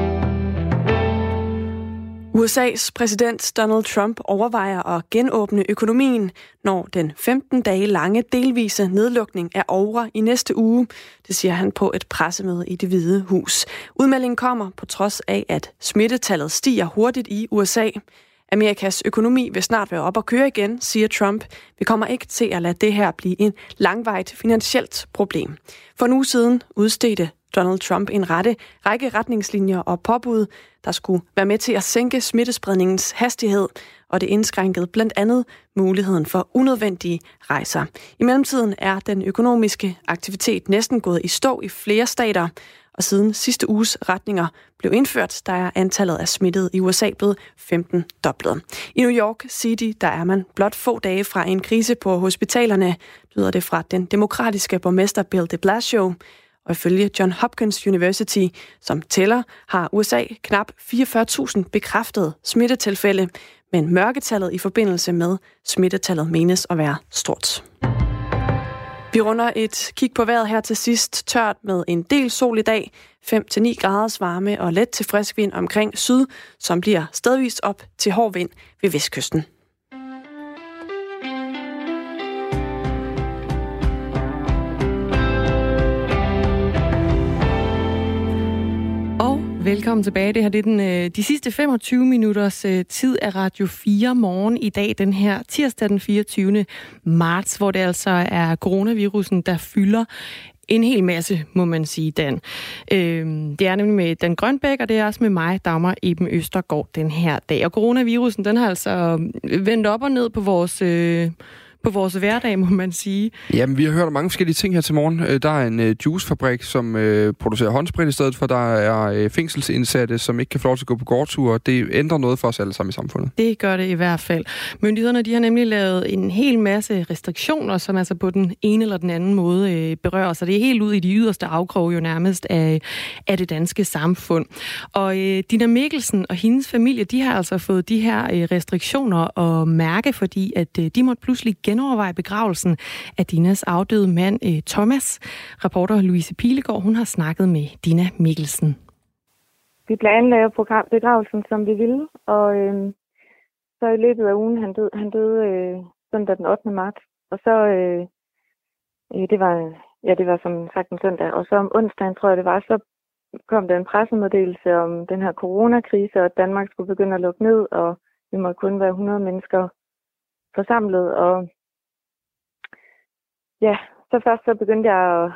U S A's præsident Donald Trump overvejer at genåbne økonomien, når den femten dage lange delvise nedlukning er over i næste uge. Det siger han på et pressemøde i Det Hvide Hus. Udmeldingen kommer på trods af, at smittetallet stiger hurtigt i U S A. Amerikas økonomi vil snart være op at køre igen, siger Trump. Vi kommer ikke til at lade det her blive en langvarigt finansielt problem. For en uge siden udstedte Donald Trump en rette, række retningslinjer og påbud, der skulle være med til at sænke smittespredningens hastighed, og det indskrænkede blandt andet muligheden for unødvendige rejser. I mellemtiden er den økonomiske aktivitet næsten gået i stå i flere stater, og siden sidste uges retninger blev indført, der er antallet af smittede i U S A blevet femten doblet. I New York City, der er man blot få dage fra en krise på hospitalerne, lyder det fra den demokratiske borgmester Bill de Blasio. Og ifølge John Hopkins University, som tæller, har U S A knap fireogfyrre tusind bekræftede smittetilfælde, men mørketallet i forbindelse med smittetallet menes at være stort. Vi runder et kig på vejret her til sidst. Tørt med en del sol i dag, fem til ni graders varme og let til frisk vind omkring syd, som bliver stedvist op til hård vind ved vestkysten. Velkommen tilbage. Det her det er den, de sidste femogtyve minutters tid af Radio fire morgen i dag, den her tirsdag den fireogtyvende marts, hvor det altså er coronavirusen, der fylder en hel masse, må man sige, Dan. Det er nemlig med Dan Grønbæk, og det er også med mig, Dagmar Eben Østergaard, den her dag. Og coronavirusen, den har altså vendt op og ned på vores... på vores hverdag, må man sige. Jamen, vi har hørt om mange forskellige ting her til morgen. Der er en uh, juicefabrik, som uh, producerer håndsprit i stedet for. Der er uh, fængselsindsatte, som ikke kan få lov til at gå på gårdture. Det ændrer noget for os alle sammen i samfundet. Det gør det i hvert fald. Myndighederne, de har nemlig lavet en hel masse restriktioner, som altså på den ene eller den anden måde uh, berører sig. Det er helt ud i de yderste afkroge jo nærmest af, af det danske samfund. Og uh, Dina Mikkelsen og hendes familie, de har altså fået de her uh, restriktioner at mærke, fordi at uh, de måtte pludselig genoverveje begravelsen af Dinas afdøde mand, Thomas. Reporter Louise Pilegaard, hun har snakket med Dina Mikkelsen. Vi planlagde begravelsen, som vi ville, og øh, så i løbet af ugen, han døde, han døde øh, søndag den ottende marts. Og så, øh, øh, det var, ja, det var som sagt en søndag. Og så om onsdagen, tror jeg det var, så kom der en pressemeddelelse om den her coronakrise, og at Danmark skulle begynde at lukke ned, og vi måtte kun være hundrede mennesker forsamlet. Og ja, så først så begyndte jeg at,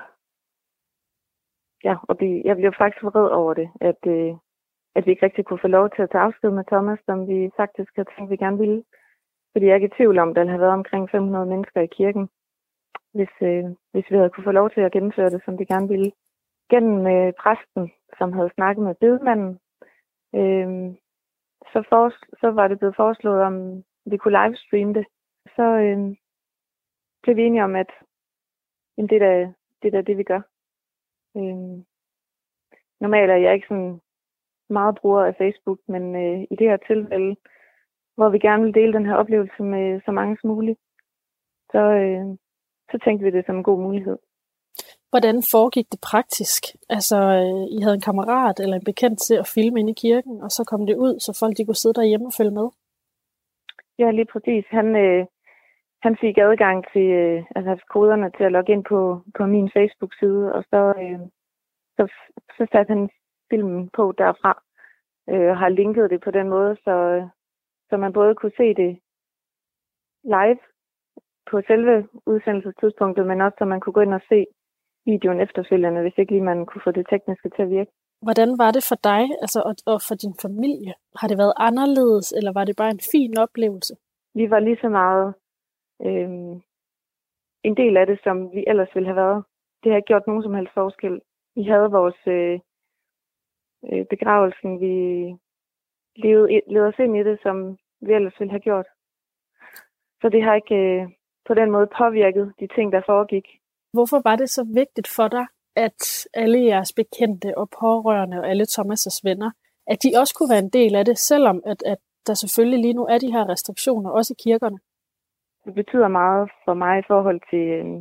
ja, at blive, jeg blev faktisk vred over det, at, øh, at vi ikke rigtig kunne få lov til at tage afsked med Thomas, som vi faktisk havde tænkt, vi gerne ville. Fordi jeg er ikke i tvivl om, at der havde været omkring fem hundrede mennesker i kirken, hvis, øh, hvis vi havde kunne få lov til at gennemføre det, som vi gerne ville. Gennem øh, præsten, som havde snakket med bedemanden, øh, så, for, så var det blevet foreslået, om vi kunne livestreame det. Så øh, blev vi enige om, at jamen, det, er, det er det, vi gør. Øh, normalt er jeg ikke sådan meget bruger af Facebook, men øh, i det her tilfælde, hvor vi gerne vil dele den her oplevelse med så mange som muligt, så, øh, så tænkte vi det som en god mulighed. Hvordan foregik det praktisk? Altså, I havde en kammerat eller en bekendt til at filme inde i kirken, og så kom det ud, så folk de kunne sidde derhjemme og følge med? Ja, lige præcis. Han, øh, han fik adgang til øh, altså koderne til at logge ind på, på min Facebook-side, og så, øh, så, så satte han filmen på derfra, øh, og har linket det på den måde, så, så man både kunne se det live på selve udsendelsestidspunktet, men også så man kunne gå ind og se videoen efterfølgende, hvis ikke lige man kunne få det tekniske til at virke. Hvordan var det for dig, altså, og, og for din familie? Har det været anderledes, eller var det bare en fin oplevelse? Vi var lige så meget øh, en del af det, som vi ellers ville have været. Det har ikke gjort nogen som helst forskel. Vi havde vores øh, øh, begravelsen, vi levede, levede os ind i det, som vi ellers ville have gjort. Så det har ikke øh, på den måde påvirket de ting, der foregik. Hvorfor var det så vigtigt for dig, at alle jeres bekendte og pårørende og alle Thomas' venner, at de også kunne være en del af det, selvom at, at der selvfølgelig lige nu er de her restriktioner, også i kirkerne? Det betyder meget for mig i forhold til øh,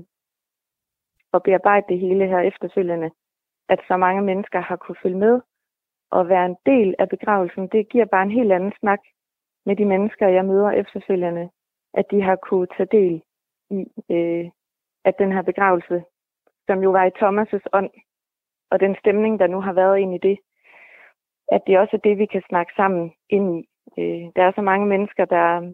at bearbejde det hele her efterfølgende, at så mange mennesker har kunne følge med og være en del af begravelsen. Det giver bare en helt anden snak med de mennesker, jeg møder efterfølgende, at de har kunne tage del i øh, at den her begravelse, som jo var i Thomas' ånd, og den stemning, der nu har været ind i det, at det også er det, vi kan snakke sammen ind i. Øh, der er så mange mennesker, der,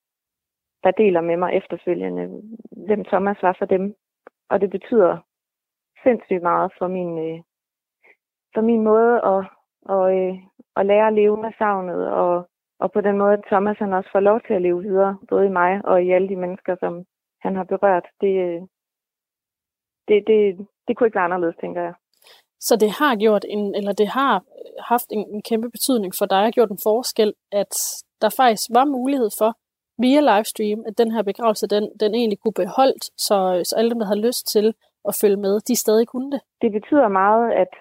der deler med mig efterfølgende, hvem Thomas var for dem. Og det betyder sindssygt meget for min, øh, for min måde at, og, øh, at lære at leve med savnet, og, og på den måde, at Thomas han også får lov til at leve videre, både i mig og i alle de mennesker, som han har berørt. Det, det, det, det kunne ikke være anderledes, tænker jeg. Så det har gjort en, eller det har haft en, en kæmpe betydning for dig, og gjort en forskel, at der faktisk var mulighed for, via livestream, at den her begravelse, den, den egentlig kunne beholdt, så, så alle dem, der havde lyst til at følge med, de stadig kunne det. Det betyder meget, at,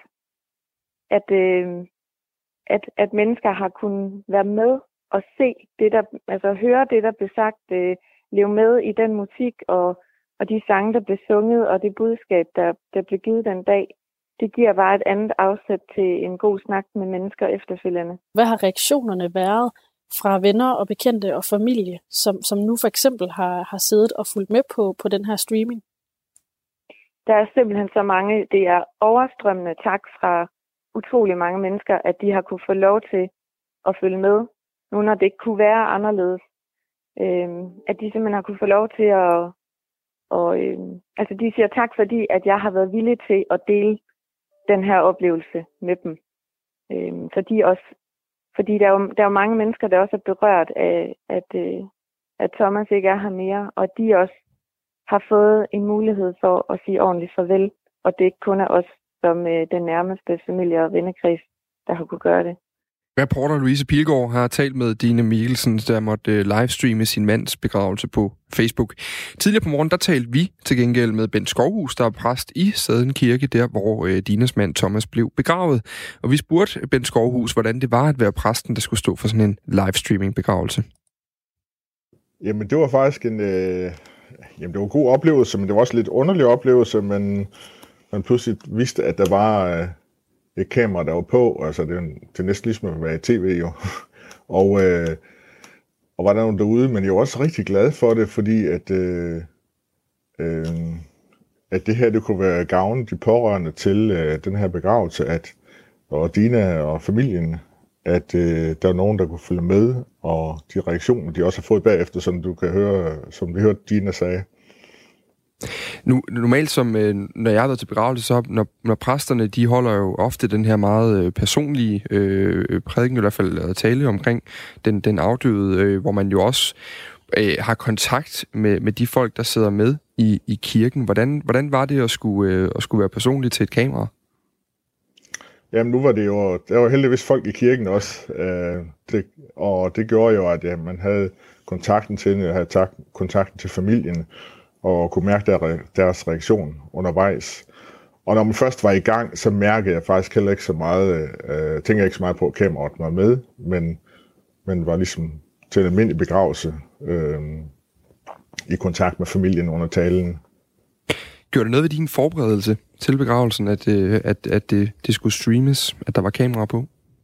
at, øh, at, at mennesker har kunnet være med og se det, der, altså høre det, der blev sagt, øh, leve med i den musik og, og de sange, der blev sunget, og det budskab, der, der blev givet den dag. Det giver bare et andet afsæt til en god snak med mennesker efterfølgende. Hvad har reaktionerne været fra venner og bekendte og familie, som, som nu for eksempel har, har siddet og fulgt med på, på den her streaming? Der er simpelthen så mange, det er overstrømmende tak fra utrolig mange mennesker, at de har kunne få lov til at følge med, nu når det ikke kunne være anderledes. Øhm, at de simpelthen har kunne få lov til at, og, øhm, altså de siger tak, fordi at jeg har været villig til at dele den her oplevelse med dem. Øhm, så de også, fordi der er, jo, der er jo mange mennesker, der også er berørt af, at, øh, at Thomas ikke er her mere, og de også har fået en mulighed for at sige ordentligt farvel, og det ikke kun er os, som øh, den nærmeste familie og vennekreds, der har kunne gøre det. Reporter Louise Pilgaard har talt med Dine Mikkelsen, der måtte livestreame sin mands begravelse på Facebook. Tidligere på morgen, der talte vi til gengæld med Bent Skovhus, der er præst i Sæden Kirke, der hvor øh, Dines mand Thomas blev begravet. Og vi spurgte Bent Skovhus, hvordan det var at være præsten, der skulle stå for sådan en livestreaming begravelse. Jamen, det var faktisk en, øh, jamen, det var en god oplevelse, men det var også en lidt underlig oplevelse, men man pludselig vidste, at der var... Øh, et kamera, der var på, altså det er, det er næsten ligesom at være i tv jo. og, øh, og var der nogen derude, men jeg var også rigtig glad for det, fordi at, øh, øh, at det her det kunne være gavn de pårørende til øh, den her begravelse, at, og Dina og familien, at øh, der var nogen, der kunne følge med, og de reaktioner, de også har fået bagefter, som du kan høre, som vi hørte Dina sagde. Nu, normalt, som øh, når jeg har været til begravelse, så når, når præsterne, de holder jo ofte den her meget øh, personlige øh, prædiken, i hvert fald tale omkring den, den afdøde, øh, hvor man jo også øh, har kontakt med, med de folk, der sidder med i, i kirken. Hvordan, hvordan var det at skulle, øh, at skulle være personlig til et kamera? Jamen nu var det jo, der var heldigvis folk i kirken også, øh, det, og det gjorde jo, at ja, man havde kontakten til, havde tak, kontakten til familien, og kunne mærke der, deres reaktion undervejs. Og når man først var i gang, så mærkede jeg faktisk heller ikke så meget, øh, tænkte jeg ikke så meget på, at kameraet var med, men, men var ligesom til en almindelig begravelse øh, i kontakt med familien under talen. Gjorde det noget ved din forberedelse til begravelsen, at, øh, at, at det, det skulle streames, at der var kamera på?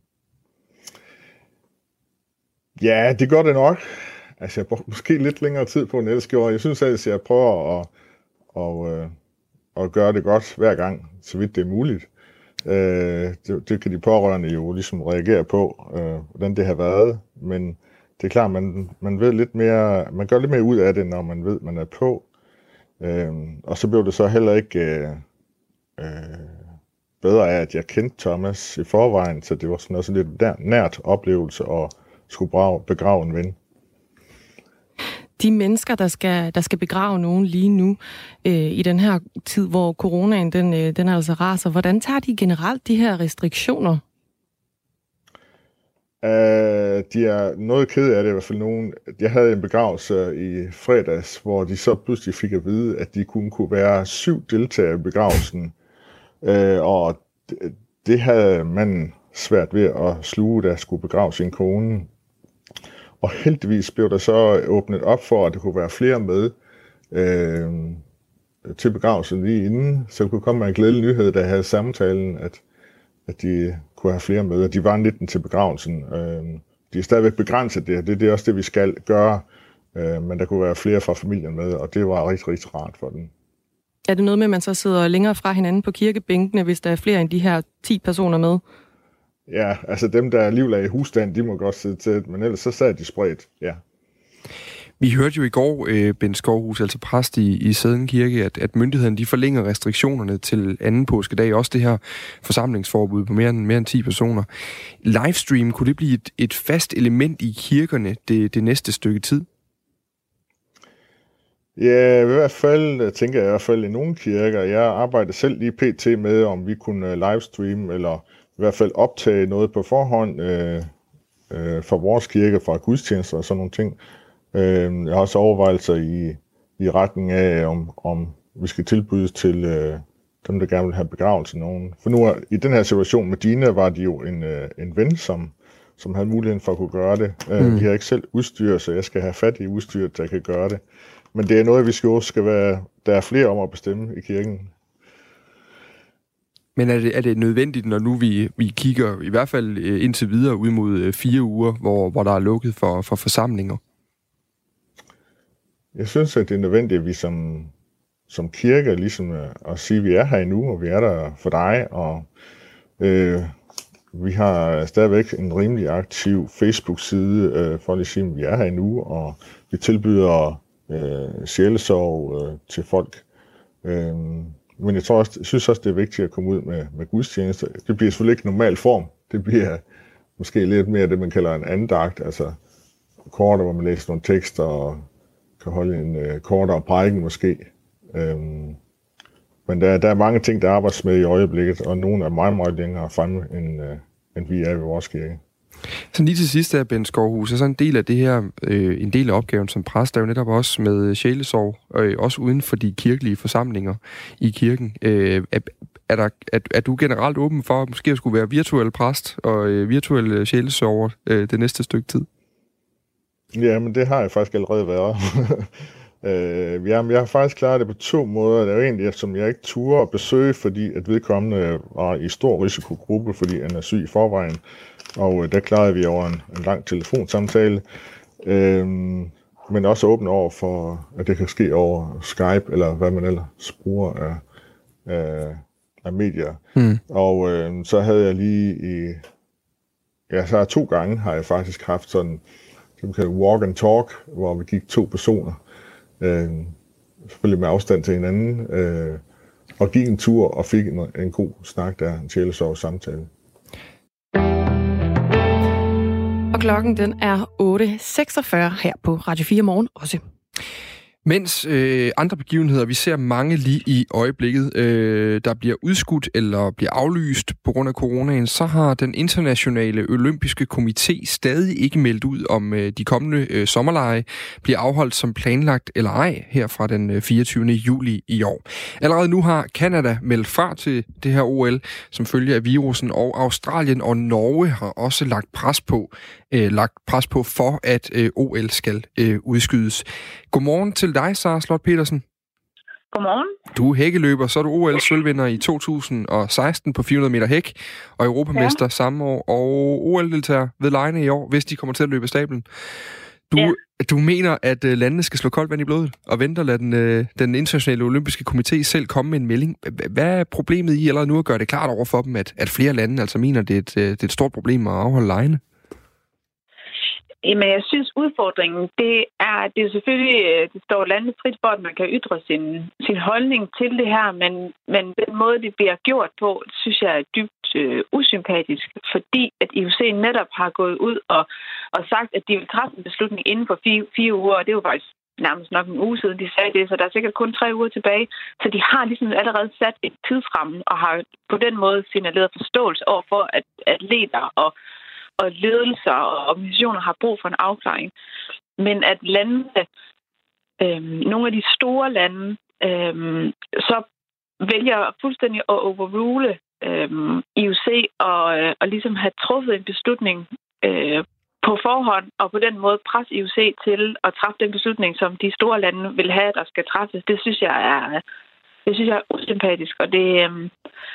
Ja, det gør det nok. Altså, jeg brugte måske lidt længere tid på, end ellers gjorde. Jeg synes altså, at jeg prøver at, og, øh, at gøre det godt hver gang, så vidt det er muligt. Øh, det, det kan de pårørende jo ligesom reagere på, øh, hvordan det har været. Men det er klart, man, man ved lidt mere, man gør lidt mere ud af det, når man ved, man er på. Øh, og så blev det så heller ikke øh, øh, bedre af, at jeg kendte Thomas i forvejen, så det var sådan også lidt der, nært oplevelse at skulle brage, begrave en ven. De mennesker, der skal, der skal begrave nogen lige nu, øh, i den her tid, hvor coronaen den, øh, den altså raser, hvordan tager de generelt de her restriktioner? Uh, de er noget kede af det, i hvert fald nogen. Jeg havde en begravelse i fredags, hvor de så pludselig fik at vide, at de kun kunne være syv deltagere i begravelsen. Uh, og det, det havde man svært ved at sluge, da skulle begrave sin kone. Og heldigvis blev der så åbnet op for, at der kunne være flere med øh, til begravelsen lige inden. Så kunne komme med en glædelig nyhed, da jeg havde samtalen, at, at de kunne have flere med. Og de var nitten til begravelsen. Øh, de er stadigvæk begrænset det, det, det er også det, vi skal gøre. Øh, men der kunne være flere fra familien med, og det var rigtig, rigtig rart for dem. Er det noget med, at man så sidder længere fra hinanden på kirkebænkene, hvis der er flere end de her ti personer med? Ja, altså dem, der er livlag i husstand, de må godt sidde til, men ellers så sad de spredt, ja. Vi hørte jo i går, øh, Bent Skovhus, altså præst i, i Sæden Kirke, at, at myndighederne de forlænger restriktionerne til anden påskedag, også det her forsamlingsforbud på mere end, mere end ti personer. Livestream, kunne det blive et, et fast element i kirkerne det, det næste stykke tid? Ja, i hvert fald tænker jeg i hvert fald i nogle kirker. Jeg arbejder selv lige pt. Med, om vi kunne livestream, eller i hvert fald optage noget på forhånd øh, øh, fra vores kirke, fra gudstjenester og sådan nogle ting. Øh, jeg har også overvejelser i, i retning af, om, om vi skal tilbydes til øh, dem, der gerne vil have begravelse nogen. For nu i den her situation med Dina, var de jo en, øh, en ven, som, som havde muligheden for at kunne gøre det. Mm. Øh, vi har ikke selv udstyr, så jeg skal have fat i udstyr, der kan gøre det. Men det er noget, vi skal også skal være, der er flere om at bestemme i kirken. Men er det, er det nødvendigt, når nu vi, vi kigger i hvert fald indtil videre ud mod fire uger, hvor, hvor der er lukket for, for forsamlinger? Jeg synes, at det er nødvendigt, at vi som, som kirke ligesom at sige, at vi er her endnu, og vi er der for dig. Og øh, vi har stadigvæk en rimelig aktiv Facebook-side øh, for at sige, at vi er her endnu, og vi tilbyder øh, sjælesorg øh, til folk. Øh, Men jeg tror også, jeg synes også, det er vigtigt at komme ud med, med gudstjenester. Det bliver selvfølgelig ikke normal form. Det bliver måske lidt mere det, man kalder en andagt. Altså kortere, hvor man læser nogle tekster og kan holde en uh, kortere prædiken måske. Øhm, men der, der er mange ting, der arbejdes med i øjeblikket, og nogle er meget, meget længere fremme, end, uh, end vi er i vores kirke. Så lige til sidst er Bent Skovhus, så en del af det her, øh, en del af opgaven som præst, er jo netop også med sjælesorg, øh, også uden for de kirkelige forsamlinger i kirken. Øh, er, er, der, er, er du generelt åben for, at måske at skulle være virtuel præst og øh, virtuel sjælesorger øh, det næste stykke tid? Ja, men det har jeg faktisk allerede været. øh, jeg, jeg har faktisk klaret det på to måder. Det er jo egentlig, som jeg ikke turde at besøge, fordi at vedkommende var i stor risikogruppe, fordi han er syg i forvejen. Og der klarede vi over en, en lang telefonsamtale. Øh, men også åben over for, at det kan ske over Skype, eller hvad man ellers bruger af, af, af medier. Mm. Og øh, så havde jeg lige i, ja, så to gange har jeg faktisk haft sådan, som kalder walk and talk, hvor vi gik to personer, øh, selvfølgelig med afstand til hinanden, øh, og gik en tur og fik en, en god snak der, en sjælesorg samtale. Og klokken den er otte seksogfyrre her på Radio fire Morgen også. Mens øh, andre begivenheder, vi ser mange lige i øjeblikket, øh, der bliver udskudt eller bliver aflyst på grund af coronaen, så har den internationale olympiske komité stadig ikke meldt ud, om øh, de kommende øh, sommerlege bliver afholdt som planlagt eller ej her fra den fireogtyvende juli i år. Allerede nu har Canada meldt fra til det her O L som følge af virusen, og Australien og Norge har også lagt pres på, øh, lagt pres på for, at øh, O L skal øh, udskydes. Godmorgen til dig, Sara Slot Petersen. Godmorgen. Du er hækkeløber, så er du O L-sølvvinder i to tusind og seksten på fire hundrede meter hæk, og europamester ja. samme år, og O L-deltager ved legene i år, hvis de kommer til at løbe stablen. Du, ja. du mener, at landene skal slå koldt vand i blodet, og vente og lade den, den internationale olympiske komité selv komme med en melding. Hvad er problemet i allerede nu at gøre det klart over for dem, at, at flere lande altså mener, at det er, et, det er et stort problem at afholde legene? Jamen, jeg synes, udfordringen, det er, det er selvfølgelig, det står landet frit for, at man kan ytre sin, sin holdning til det her, men, men den måde, det bliver gjort på, synes jeg er dybt øh, usympatisk, fordi at I O C netop har gået ud og, og sagt, at de vil træffe en beslutning inden for fire, fire uger, og det var faktisk nærmest nok en uge siden, de sagde det, så der er sikkert kun tre uger tilbage. Så de har ligesom allerede sat et tidsramme, og har på den måde signaleret forståelse over for, at atleter og og ledelser og organisationer har brug for en afklaring. Men at landene, øh, nogle af de store lande, øh, så vælger fuldstændig at overrule øh, I O C og, og ligesom have truffet en beslutning øh, på forhånd, og på den måde presse I O C til at træffe den beslutning, som de store lande vil have, der skal træffes. Det synes jeg er, det synes jeg er usympatisk, og det, øh,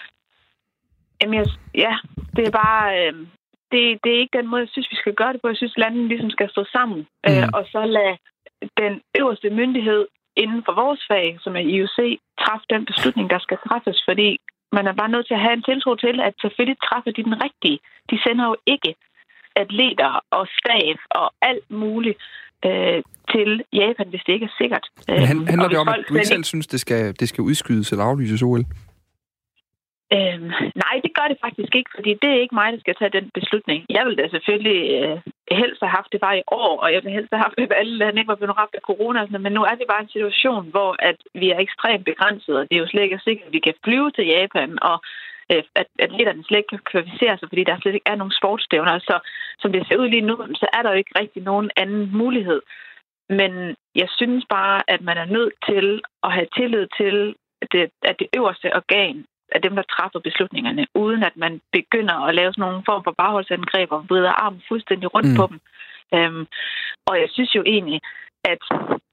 jamen, jeg, ja, det er bare... Øh, Det, det er ikke den måde, jeg synes, vi skal gøre det på. Jeg synes, landene ligesom skal stå sammen, mm. øh, og så lade den øverste myndighed inden for vores fag, som er I O C, træffe den beslutning, der skal træffes, fordi man er bare nødt til at have en tiltro til, at selvfølgelig træffer de den rigtige. De sender jo ikke atleter og stab og alt muligt øh, til Japan, hvis det ikke er sikkert. Men handler det om, at du ikke selv synes, det skal, det skal udskydes eller aflyses O L? Øhm, nej, det gør det faktisk ikke, fordi det er ikke mig, der skal tage den beslutning. Jeg ville da selvfølgelig øh, helst have haft det bare i år, og jeg ville helst have haft det, alle lande ikke var blevet ramt af corona, men nu er det bare en situation, hvor at vi er ekstremt begrænset, og det er jo slet ikke sikkert, at vi kan flyve til Japan, og øh, at atleterne slet ikke kan kvalificere sig, fordi der slet ikke er nogen sportsstævner. Så som det ser ud lige nu, så er der jo ikke rigtig nogen anden mulighed. Men jeg synes bare, at man er nødt til at have tillid til, at det, at det øverste organ af dem, der træffer beslutningerne, uden at man begynder at lave sådan nogle form for bagholdsangreb og vrider armen fuldstændig rundt mm. på dem. Øhm, og jeg synes jo egentlig, at,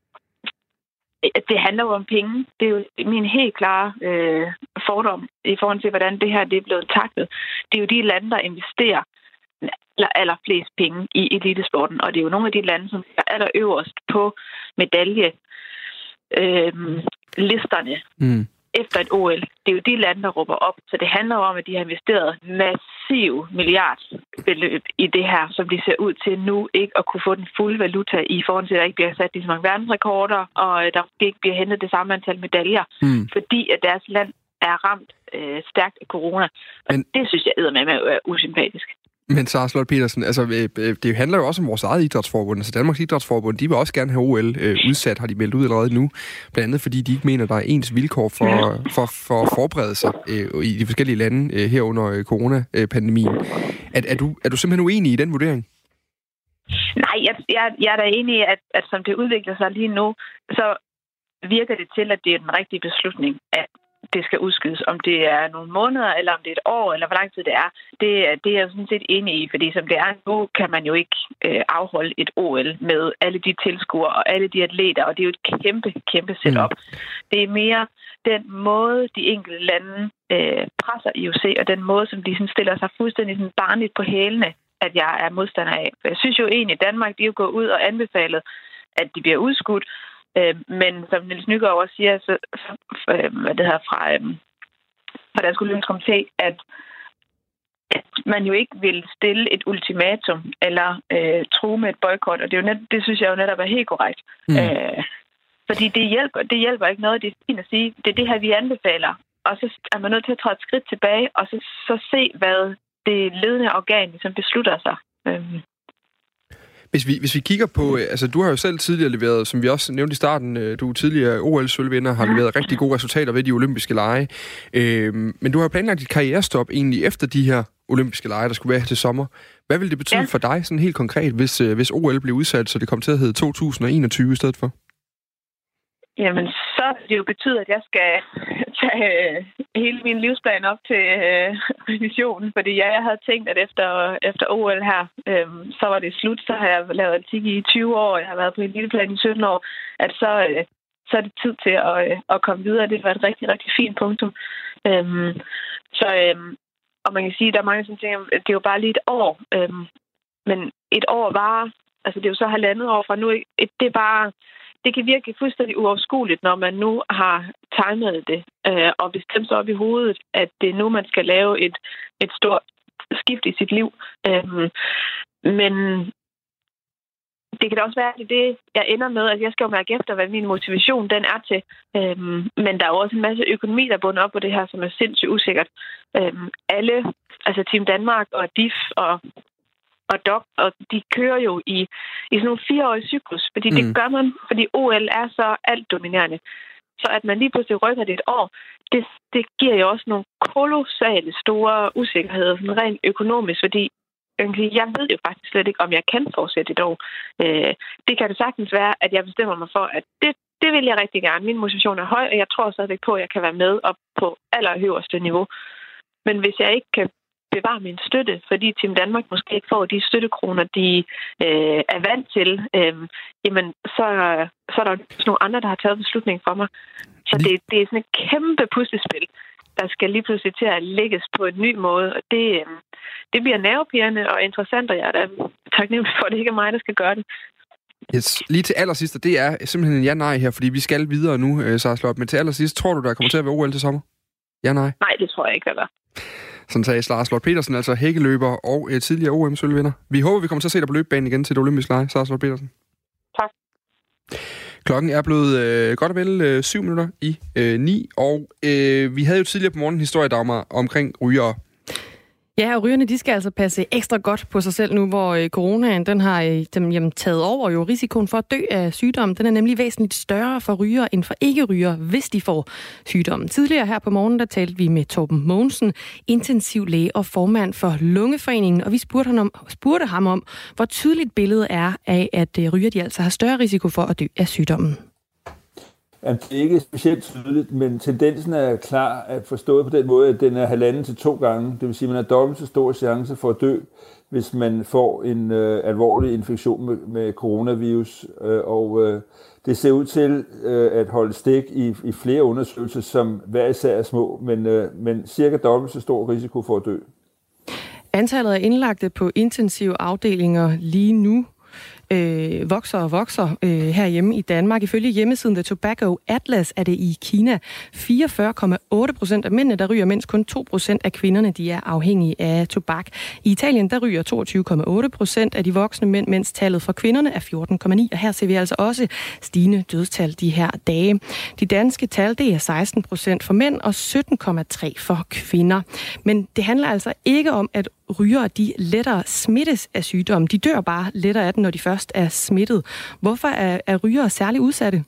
at det handler jo om penge. Det er jo min helt klare øh, fordom i forhold til, hvordan det her det er blevet taklet. Det er jo de lande, der investerer aller, allerflest penge i elitesporten, og det er jo nogle af de lande, som er allerøverst på medalje øh, listerne. Mm. Efter et O L. Det er jo de lande, der råber op. Så det handler om, at de har investeret massiv milliardbeløb i det her, som de ser ud til nu ikke at kunne få den fulde valuta i forhold til, at der ikke bliver sat lige så mange verdensrekorder, og der ikke bliver hentet det samme antal medaljer, mm. fordi at deres land er ramt øh, stærkt af corona. Og Men... det synes jeg eddermame er usympatisk. Men Sara Slot Petersen, altså, det handler jo også om vores eget idrætsforbund. Altså Danmarks Idrætsforbund, de vil også gerne have O L øh, udsat, har de meldt ud allerede nu. Blandt andet fordi de ikke mener, der er ens vilkår for, ja. for, for at forberede sig øh, i de forskellige lande øh, her under øh, coronapandemien. Er, er, du, er du simpelthen uenig i den vurdering? Nej, jeg, jeg, jeg er da enig i, at, at som det udvikler sig lige nu, så virker det til, at det er den rigtige beslutning, at det skal udskydes. Om det er nogle måneder, eller om det er et år, eller hvor lang tid det er, det, det er jeg sådan set enig i, fordi som det er nu, kan man jo ikke øh, afholde et O L med alle de tilskuere og alle de atleter, og det er jo et kæmpe, kæmpe setup. Mm. Det er mere den måde, de enkelte lande øh, presser I O C, og den måde, som de sådan stiller sig fuldstændig sådan barnligt på hælene at jeg er modstander af. For jeg synes jo egentlig, at Danmark de er jo gået ud og anbefalet, at de bliver udskudt. Øh, men som Niels Nygaard også siger, så, så øh, hvad det her fra, øh, fra Dansk Olympisk Komité, at, at man jo ikke vil stille et ultimatum eller øh, true med et boykot, og det, er jo net, det synes jeg jo netop er helt korrekt. Mm. Øh, fordi det hjælper, det hjælper ikke noget, det er fint at sige, det er det her, vi anbefaler. Og så er man nødt til at træde et skridt tilbage, og så, så se, hvad det ledende organ ligesom beslutter sig. Øh. Hvis vi, hvis vi kigger på, altså du har jo selv tidligere leveret, som vi også nævnte i starten, du tidligere O L-sølvvinder, har leveret rigtig gode resultater ved de olympiske lege. Øhm, men du har jo planlagt dit karrierestop egentlig efter de her olympiske lege, der skulle være til sommer. Hvad vil det betyde ja. for dig sådan helt konkret, hvis, hvis O L blev udsat, så det kom til at hedde to tusind og enogtyve i stedet for? Jamen, så vil det jo betyde, at jeg skal tage hele min livsplan op til øh, revisionen, fordi ja, jeg havde tænkt, at efter, efter O L her, øh, så var det slut, så har jeg lavet atletik i tyve år, og jeg har været på eliteplan i sytten år, at så, øh, så er det tid til at, øh, at komme videre. Det var et rigtig, rigtig fint punktum. Øh, så, øh, og man kan sige, at der er mange, som tænker, at det er jo bare lige et år, øh, men et år var, altså det er jo så halvandet år fra nu, et, det er bare... Det kan virke fuldstændig uoverskueligt, når man nu har timet det øh, og bestemt sig op i hovedet, at det er nu, man skal lave et, et stort skift i sit liv. Øhm, men det kan da også være, at det er det, jeg ender med, at jeg skal jo mærke efter, hvad min motivation den er til. Øhm, men der er jo også en masse økonomi, der er bundet op på det her, som er sindssygt usikkert. Øhm, alle, altså Team Danmark og D I F og og D O C, og de kører jo i, i sådan nogle fireårige cyklus, fordi mm. det gør man, fordi O L er så alt dominerende. Så at man lige pludselig rykker det et år, det, det giver jo også nogle kolossale store usikkerheder, sådan rent økonomisk, fordi jeg ved jo faktisk slet ikke, om jeg kan fortsætte et år. Øh, det kan det sagtens være, at jeg bestemmer mig for, at det, det vil jeg rigtig gerne. Min motivation er høj, og jeg tror stadigvæk på, at jeg kan være med op på allerhøjeste niveau. Men hvis jeg ikke kan bevare min støtte, fordi Team Danmark måske ikke får de støttekroner, de øh, er vant til, øh, jamen, så, så er der nogle andre, der har taget beslutningen for mig. Så det, det er sådan et kæmpe puslespil, der skal lige pludselig til at lægges på en ny måde, og det, øh, det bliver nervepirrende og interessant, og jeg er da taknemmelig for, at det ikke er mig, der skal gøre det. Yes. Lige til allersidst, og det er simpelthen en ja-nej her, fordi vi skal videre nu, Sara Slot, men til allersidst, tror du, der kommer til at være O L til sommer? Ja-nej? Nej, det tror jeg ikke, der er. Sådan sagde Sara Slot Petersen, altså hækkeløber og øh, tidligere O M-sølvvinder. Vi håber, vi kommer til at se dig på løbebanen igen til det olympiske lege, Sara Slot Petersen. Tak. Klokken er blevet øh, godt og vel øh, syv minutter i øh, ni, og øh, vi havde jo tidligere på morgenen historie, Dagmar, omkring rygere. Ja, og rygerne, de skal altså passe ekstra godt på sig selv nu, hvor øh, coronaen, den har øh, dem, jamen, taget over. Jo, risikoen for at dø af sygdommen, den er nemlig væsentligt større for rygere end for ikke-rygere, hvis de får sygdommen. Tidligere her på morgenen, der talte vi med Torben Mogensen, intensivlæge og formand for Lungeforeningen, og vi spurgte ham om, spurgte ham om hvor tydeligt billedet er af, at øh, ryger de altså har større risiko for at dø af sygdommen. Jamen, det er ikke specielt tydeligt, men tendensen er klar at forstået på den måde, at den er halvanden til to gange. Det vil sige, at man har dobbelt så stor chance for at dø, hvis man får en øh, alvorlig infektion med, med coronavirus. Øh, og øh, det ser ud til øh, at holde stik i, i flere undersøgelser, som hver især er små, men, øh, men cirka dobbelt så stor risiko for at dø. Antallet af indlagte på intensive afdelinger lige nu Øh, vokser og vokser øh, herhjemme i Danmark. Ifølge hjemmesiden The Tobacco Atlas er det i Kina fireogfyrre komma otte procent af mændene, der ryger, mens kun to procent af kvinderne de er afhængige af tobak. I Italien der ryger toogtyve komma otte procent af de voksne mænd, mens tallet for kvinderne er fjorten komma ni. Og her ser vi altså også stigende dødstal de her dage. De danske tal det er seksten procent for mænd og sytten komma tre for kvinder. Men det handler altså ikke om, at rygere de lettere smittes af sygdommen. De dør bare lettere af den, når de først er smittet. Hvorfor er, er rygere særligt udsatte?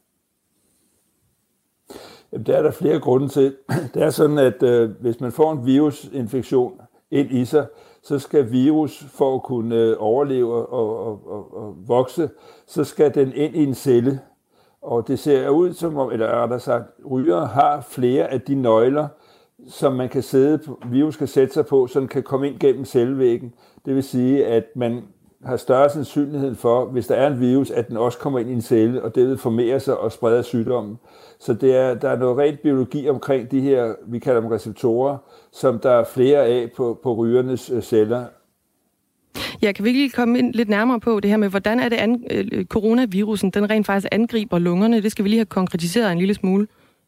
Jamen, der er der flere grunde til. Det er sådan, at øh, hvis man får en virusinfektion ind i sig, så skal virus for at kunne øh, overleve og, og, og, og vokse, så skal den ind i en celle. Og det ser ud som om, eller er der sagt, rygere har flere af de nøgler, som man kan sidde på, virus kan sætte sig på, så den kan komme ind gennem cellevæggen. Det vil sige, at man har større sandsynlighed for, hvis der er en virus, at den også kommer ind i en celle, og derved formerer sig og spreder sygdommen. Så det er, der er noget rent biologi omkring de her, vi kalder dem receptorer, som der er flere af på, på rygernes celler. Ja, kan vi lige komme ind lidt nærmere på det her med, hvordan er det, an, øh, coronavirusen den rent faktisk angriber lungerne? Det skal vi lige have konkretiseret en lille smule.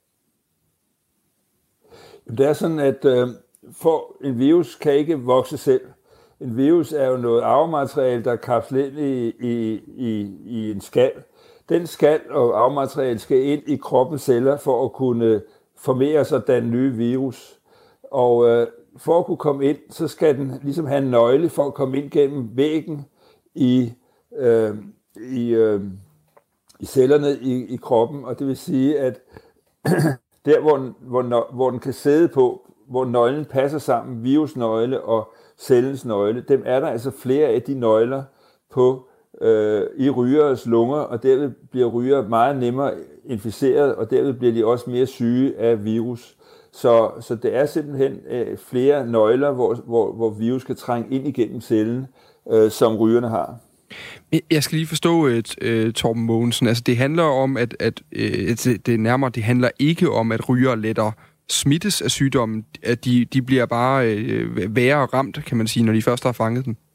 Det er sådan, at øh, for en virus kan ikke vokse selv. En virus er jo noget arvemateriale, der er kapslet ind i, i, i, i en skal. Den skal og arvemateriale skal ind i kroppens celler for at kunne formere sig og danne nye virus. Og øh, for at kunne komme ind, så skal den ligesom have en nøgle for at komme ind gennem væggen i, øh, i, øh, i cellerne i, i kroppen. Og det vil sige, at der, hvor, hvor, hvor den kan sidde på, hvor nøglen passer sammen, virusnøgle og cellens nøgle, dem er der altså flere af de nøgler på øh, i rygeres lunger, og derved bliver rygere meget nemmere inficeret, og derved bliver de også mere syge af virus. Så, så det er simpelthen øh, flere nøgler, hvor, hvor, hvor virus kan trænge ind igennem cellen, øh, som rygerne har. Jeg skal lige forstå, uh, Torben Mogensen, altså det handler om, at, at uh, det, det nærmere, det handler ikke om, at rygere lettere smittes af sygdommen, at de, de bliver bare uh, værre ramt, kan man sige, når de først har fanget den.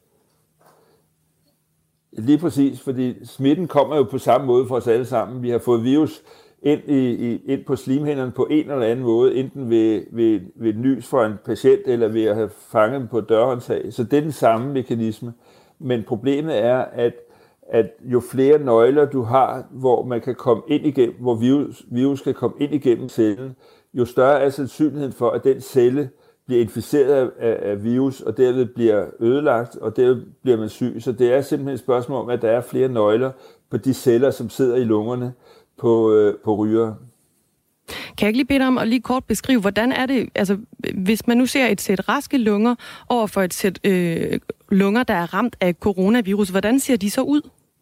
Lige præcis, fordi smitten kommer jo på samme måde for os alle sammen. Vi har fået virus ind, i, i, ind på slimhinderne på en eller anden måde, enten ved, ved, ved et nys fra en patient, eller ved at have fanget dem på et dørhåndtag. Så det er den samme mekanisme. Men problemet er, at, at jo flere nøgler du har, hvor man kan komme ind igennem, hvor virus, virus kan komme ind igennem cellen, jo større er sandsynligheden for, at den celle bliver inficeret af, af virus, og derved bliver ødelagt, og derved bliver man syg. Så det er simpelthen et spørgsmål om, at der er flere nøgler på de celler, som sidder i lungerne på, øh, på rygere. Kan jeg ikke lige bede dig om at lige kort beskrive, hvordan er det, altså hvis man nu ser et sæt raske lunger over for et sæt øh, lunger, der er ramt af coronavirus, hvordan ser de så ud?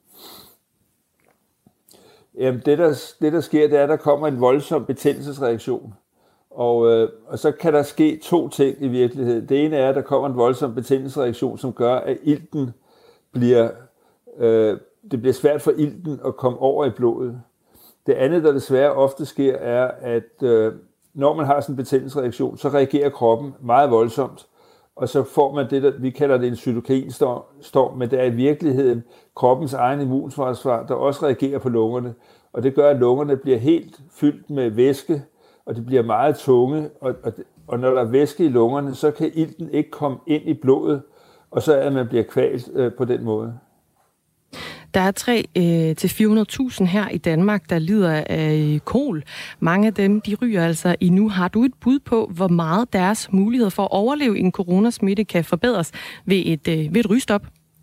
Jamen det der, det der sker, det er, at der kommer en voldsom betændelsesreaktion. Og, øh, og så kan der ske to ting i virkeligheden. Det ene er, at der kommer en voldsom betændelsesreaktion, som gør, at ilten bliver, øh, det bliver svært for ilten at komme over i blodet. Det andet, der desværre ofte sker, er, at øh, når man har sådan en betændelsesreaktion, så reagerer kroppen meget voldsomt, og så får man det, der vi kalder det en cytokinstorm, men det er i virkeligheden kroppens egen immunforsvar, der også reagerer på lungerne, og det gør, at lungerne bliver helt fyldt med væske, og de bliver meget tunge, og, og, og når der er væske i lungerne, så kan ilten ikke komme ind i blodet, og så er man bliver kvalt øh, på den måde. Der er tre til fire hundrede tusind her i Danmark, der lider af kol. Mange af dem, de ryger altså i nu. Har du et bud på, hvor meget deres mulighed for at overleve en coronasmitte kan forbedres ved et, ved et rygestop?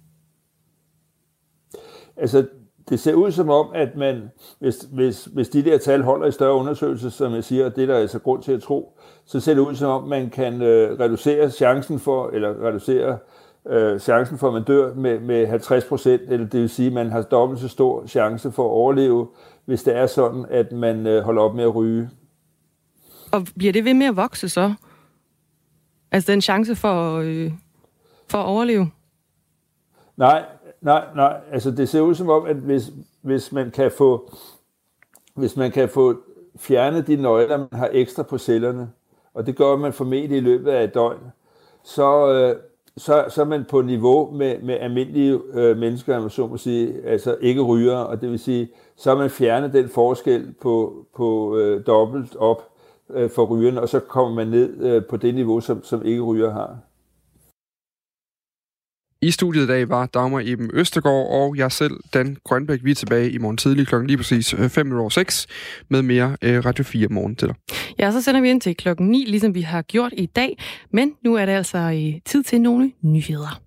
Altså, det ser ud som om, at man, hvis, hvis, hvis de der tal holder i større undersøgelser, som jeg siger, og det der er altså grund til at tro, så ser det ud som om, man kan øh, reducere chancen for, eller reducere Øh, chancen for, at man dør med, med halvtreds procent, eller det vil sige, at man har dobbelt så stor chance for at overleve, hvis det er sådan, at man øh, holder op med at ryge. Og bliver det ved med at vokse så? Altså den chance for, øh, for at overleve? Nej, nej, nej. Altså det ser ud som om, at hvis, hvis man kan få hvis man kan få fjernet de nøgler, man har ekstra på cellerne, og det gør man formentlig i løbet af et døgn, så øh, Så, så er man på niveau med, med almindelige øh, mennesker, man så må sige, altså ikke ryger, og det vil sige, så har man fjernet den forskel på, på øh, dobbelt op øh, for rygerne, og så kommer man ned øh, på det niveau, som, som ikke ryger har. I studiet i dag var Dagmar Eben Østergaard og jeg selv, Dan Grønbæk. Vi er tilbage i morgen tidlig klokken lige præcis fem minutter over seks med mere Radio fire morgen til dig. Ja, så sender vi ind til klokken ni, ligesom vi har gjort i dag. Men nu er det altså tid til nogle nyheder.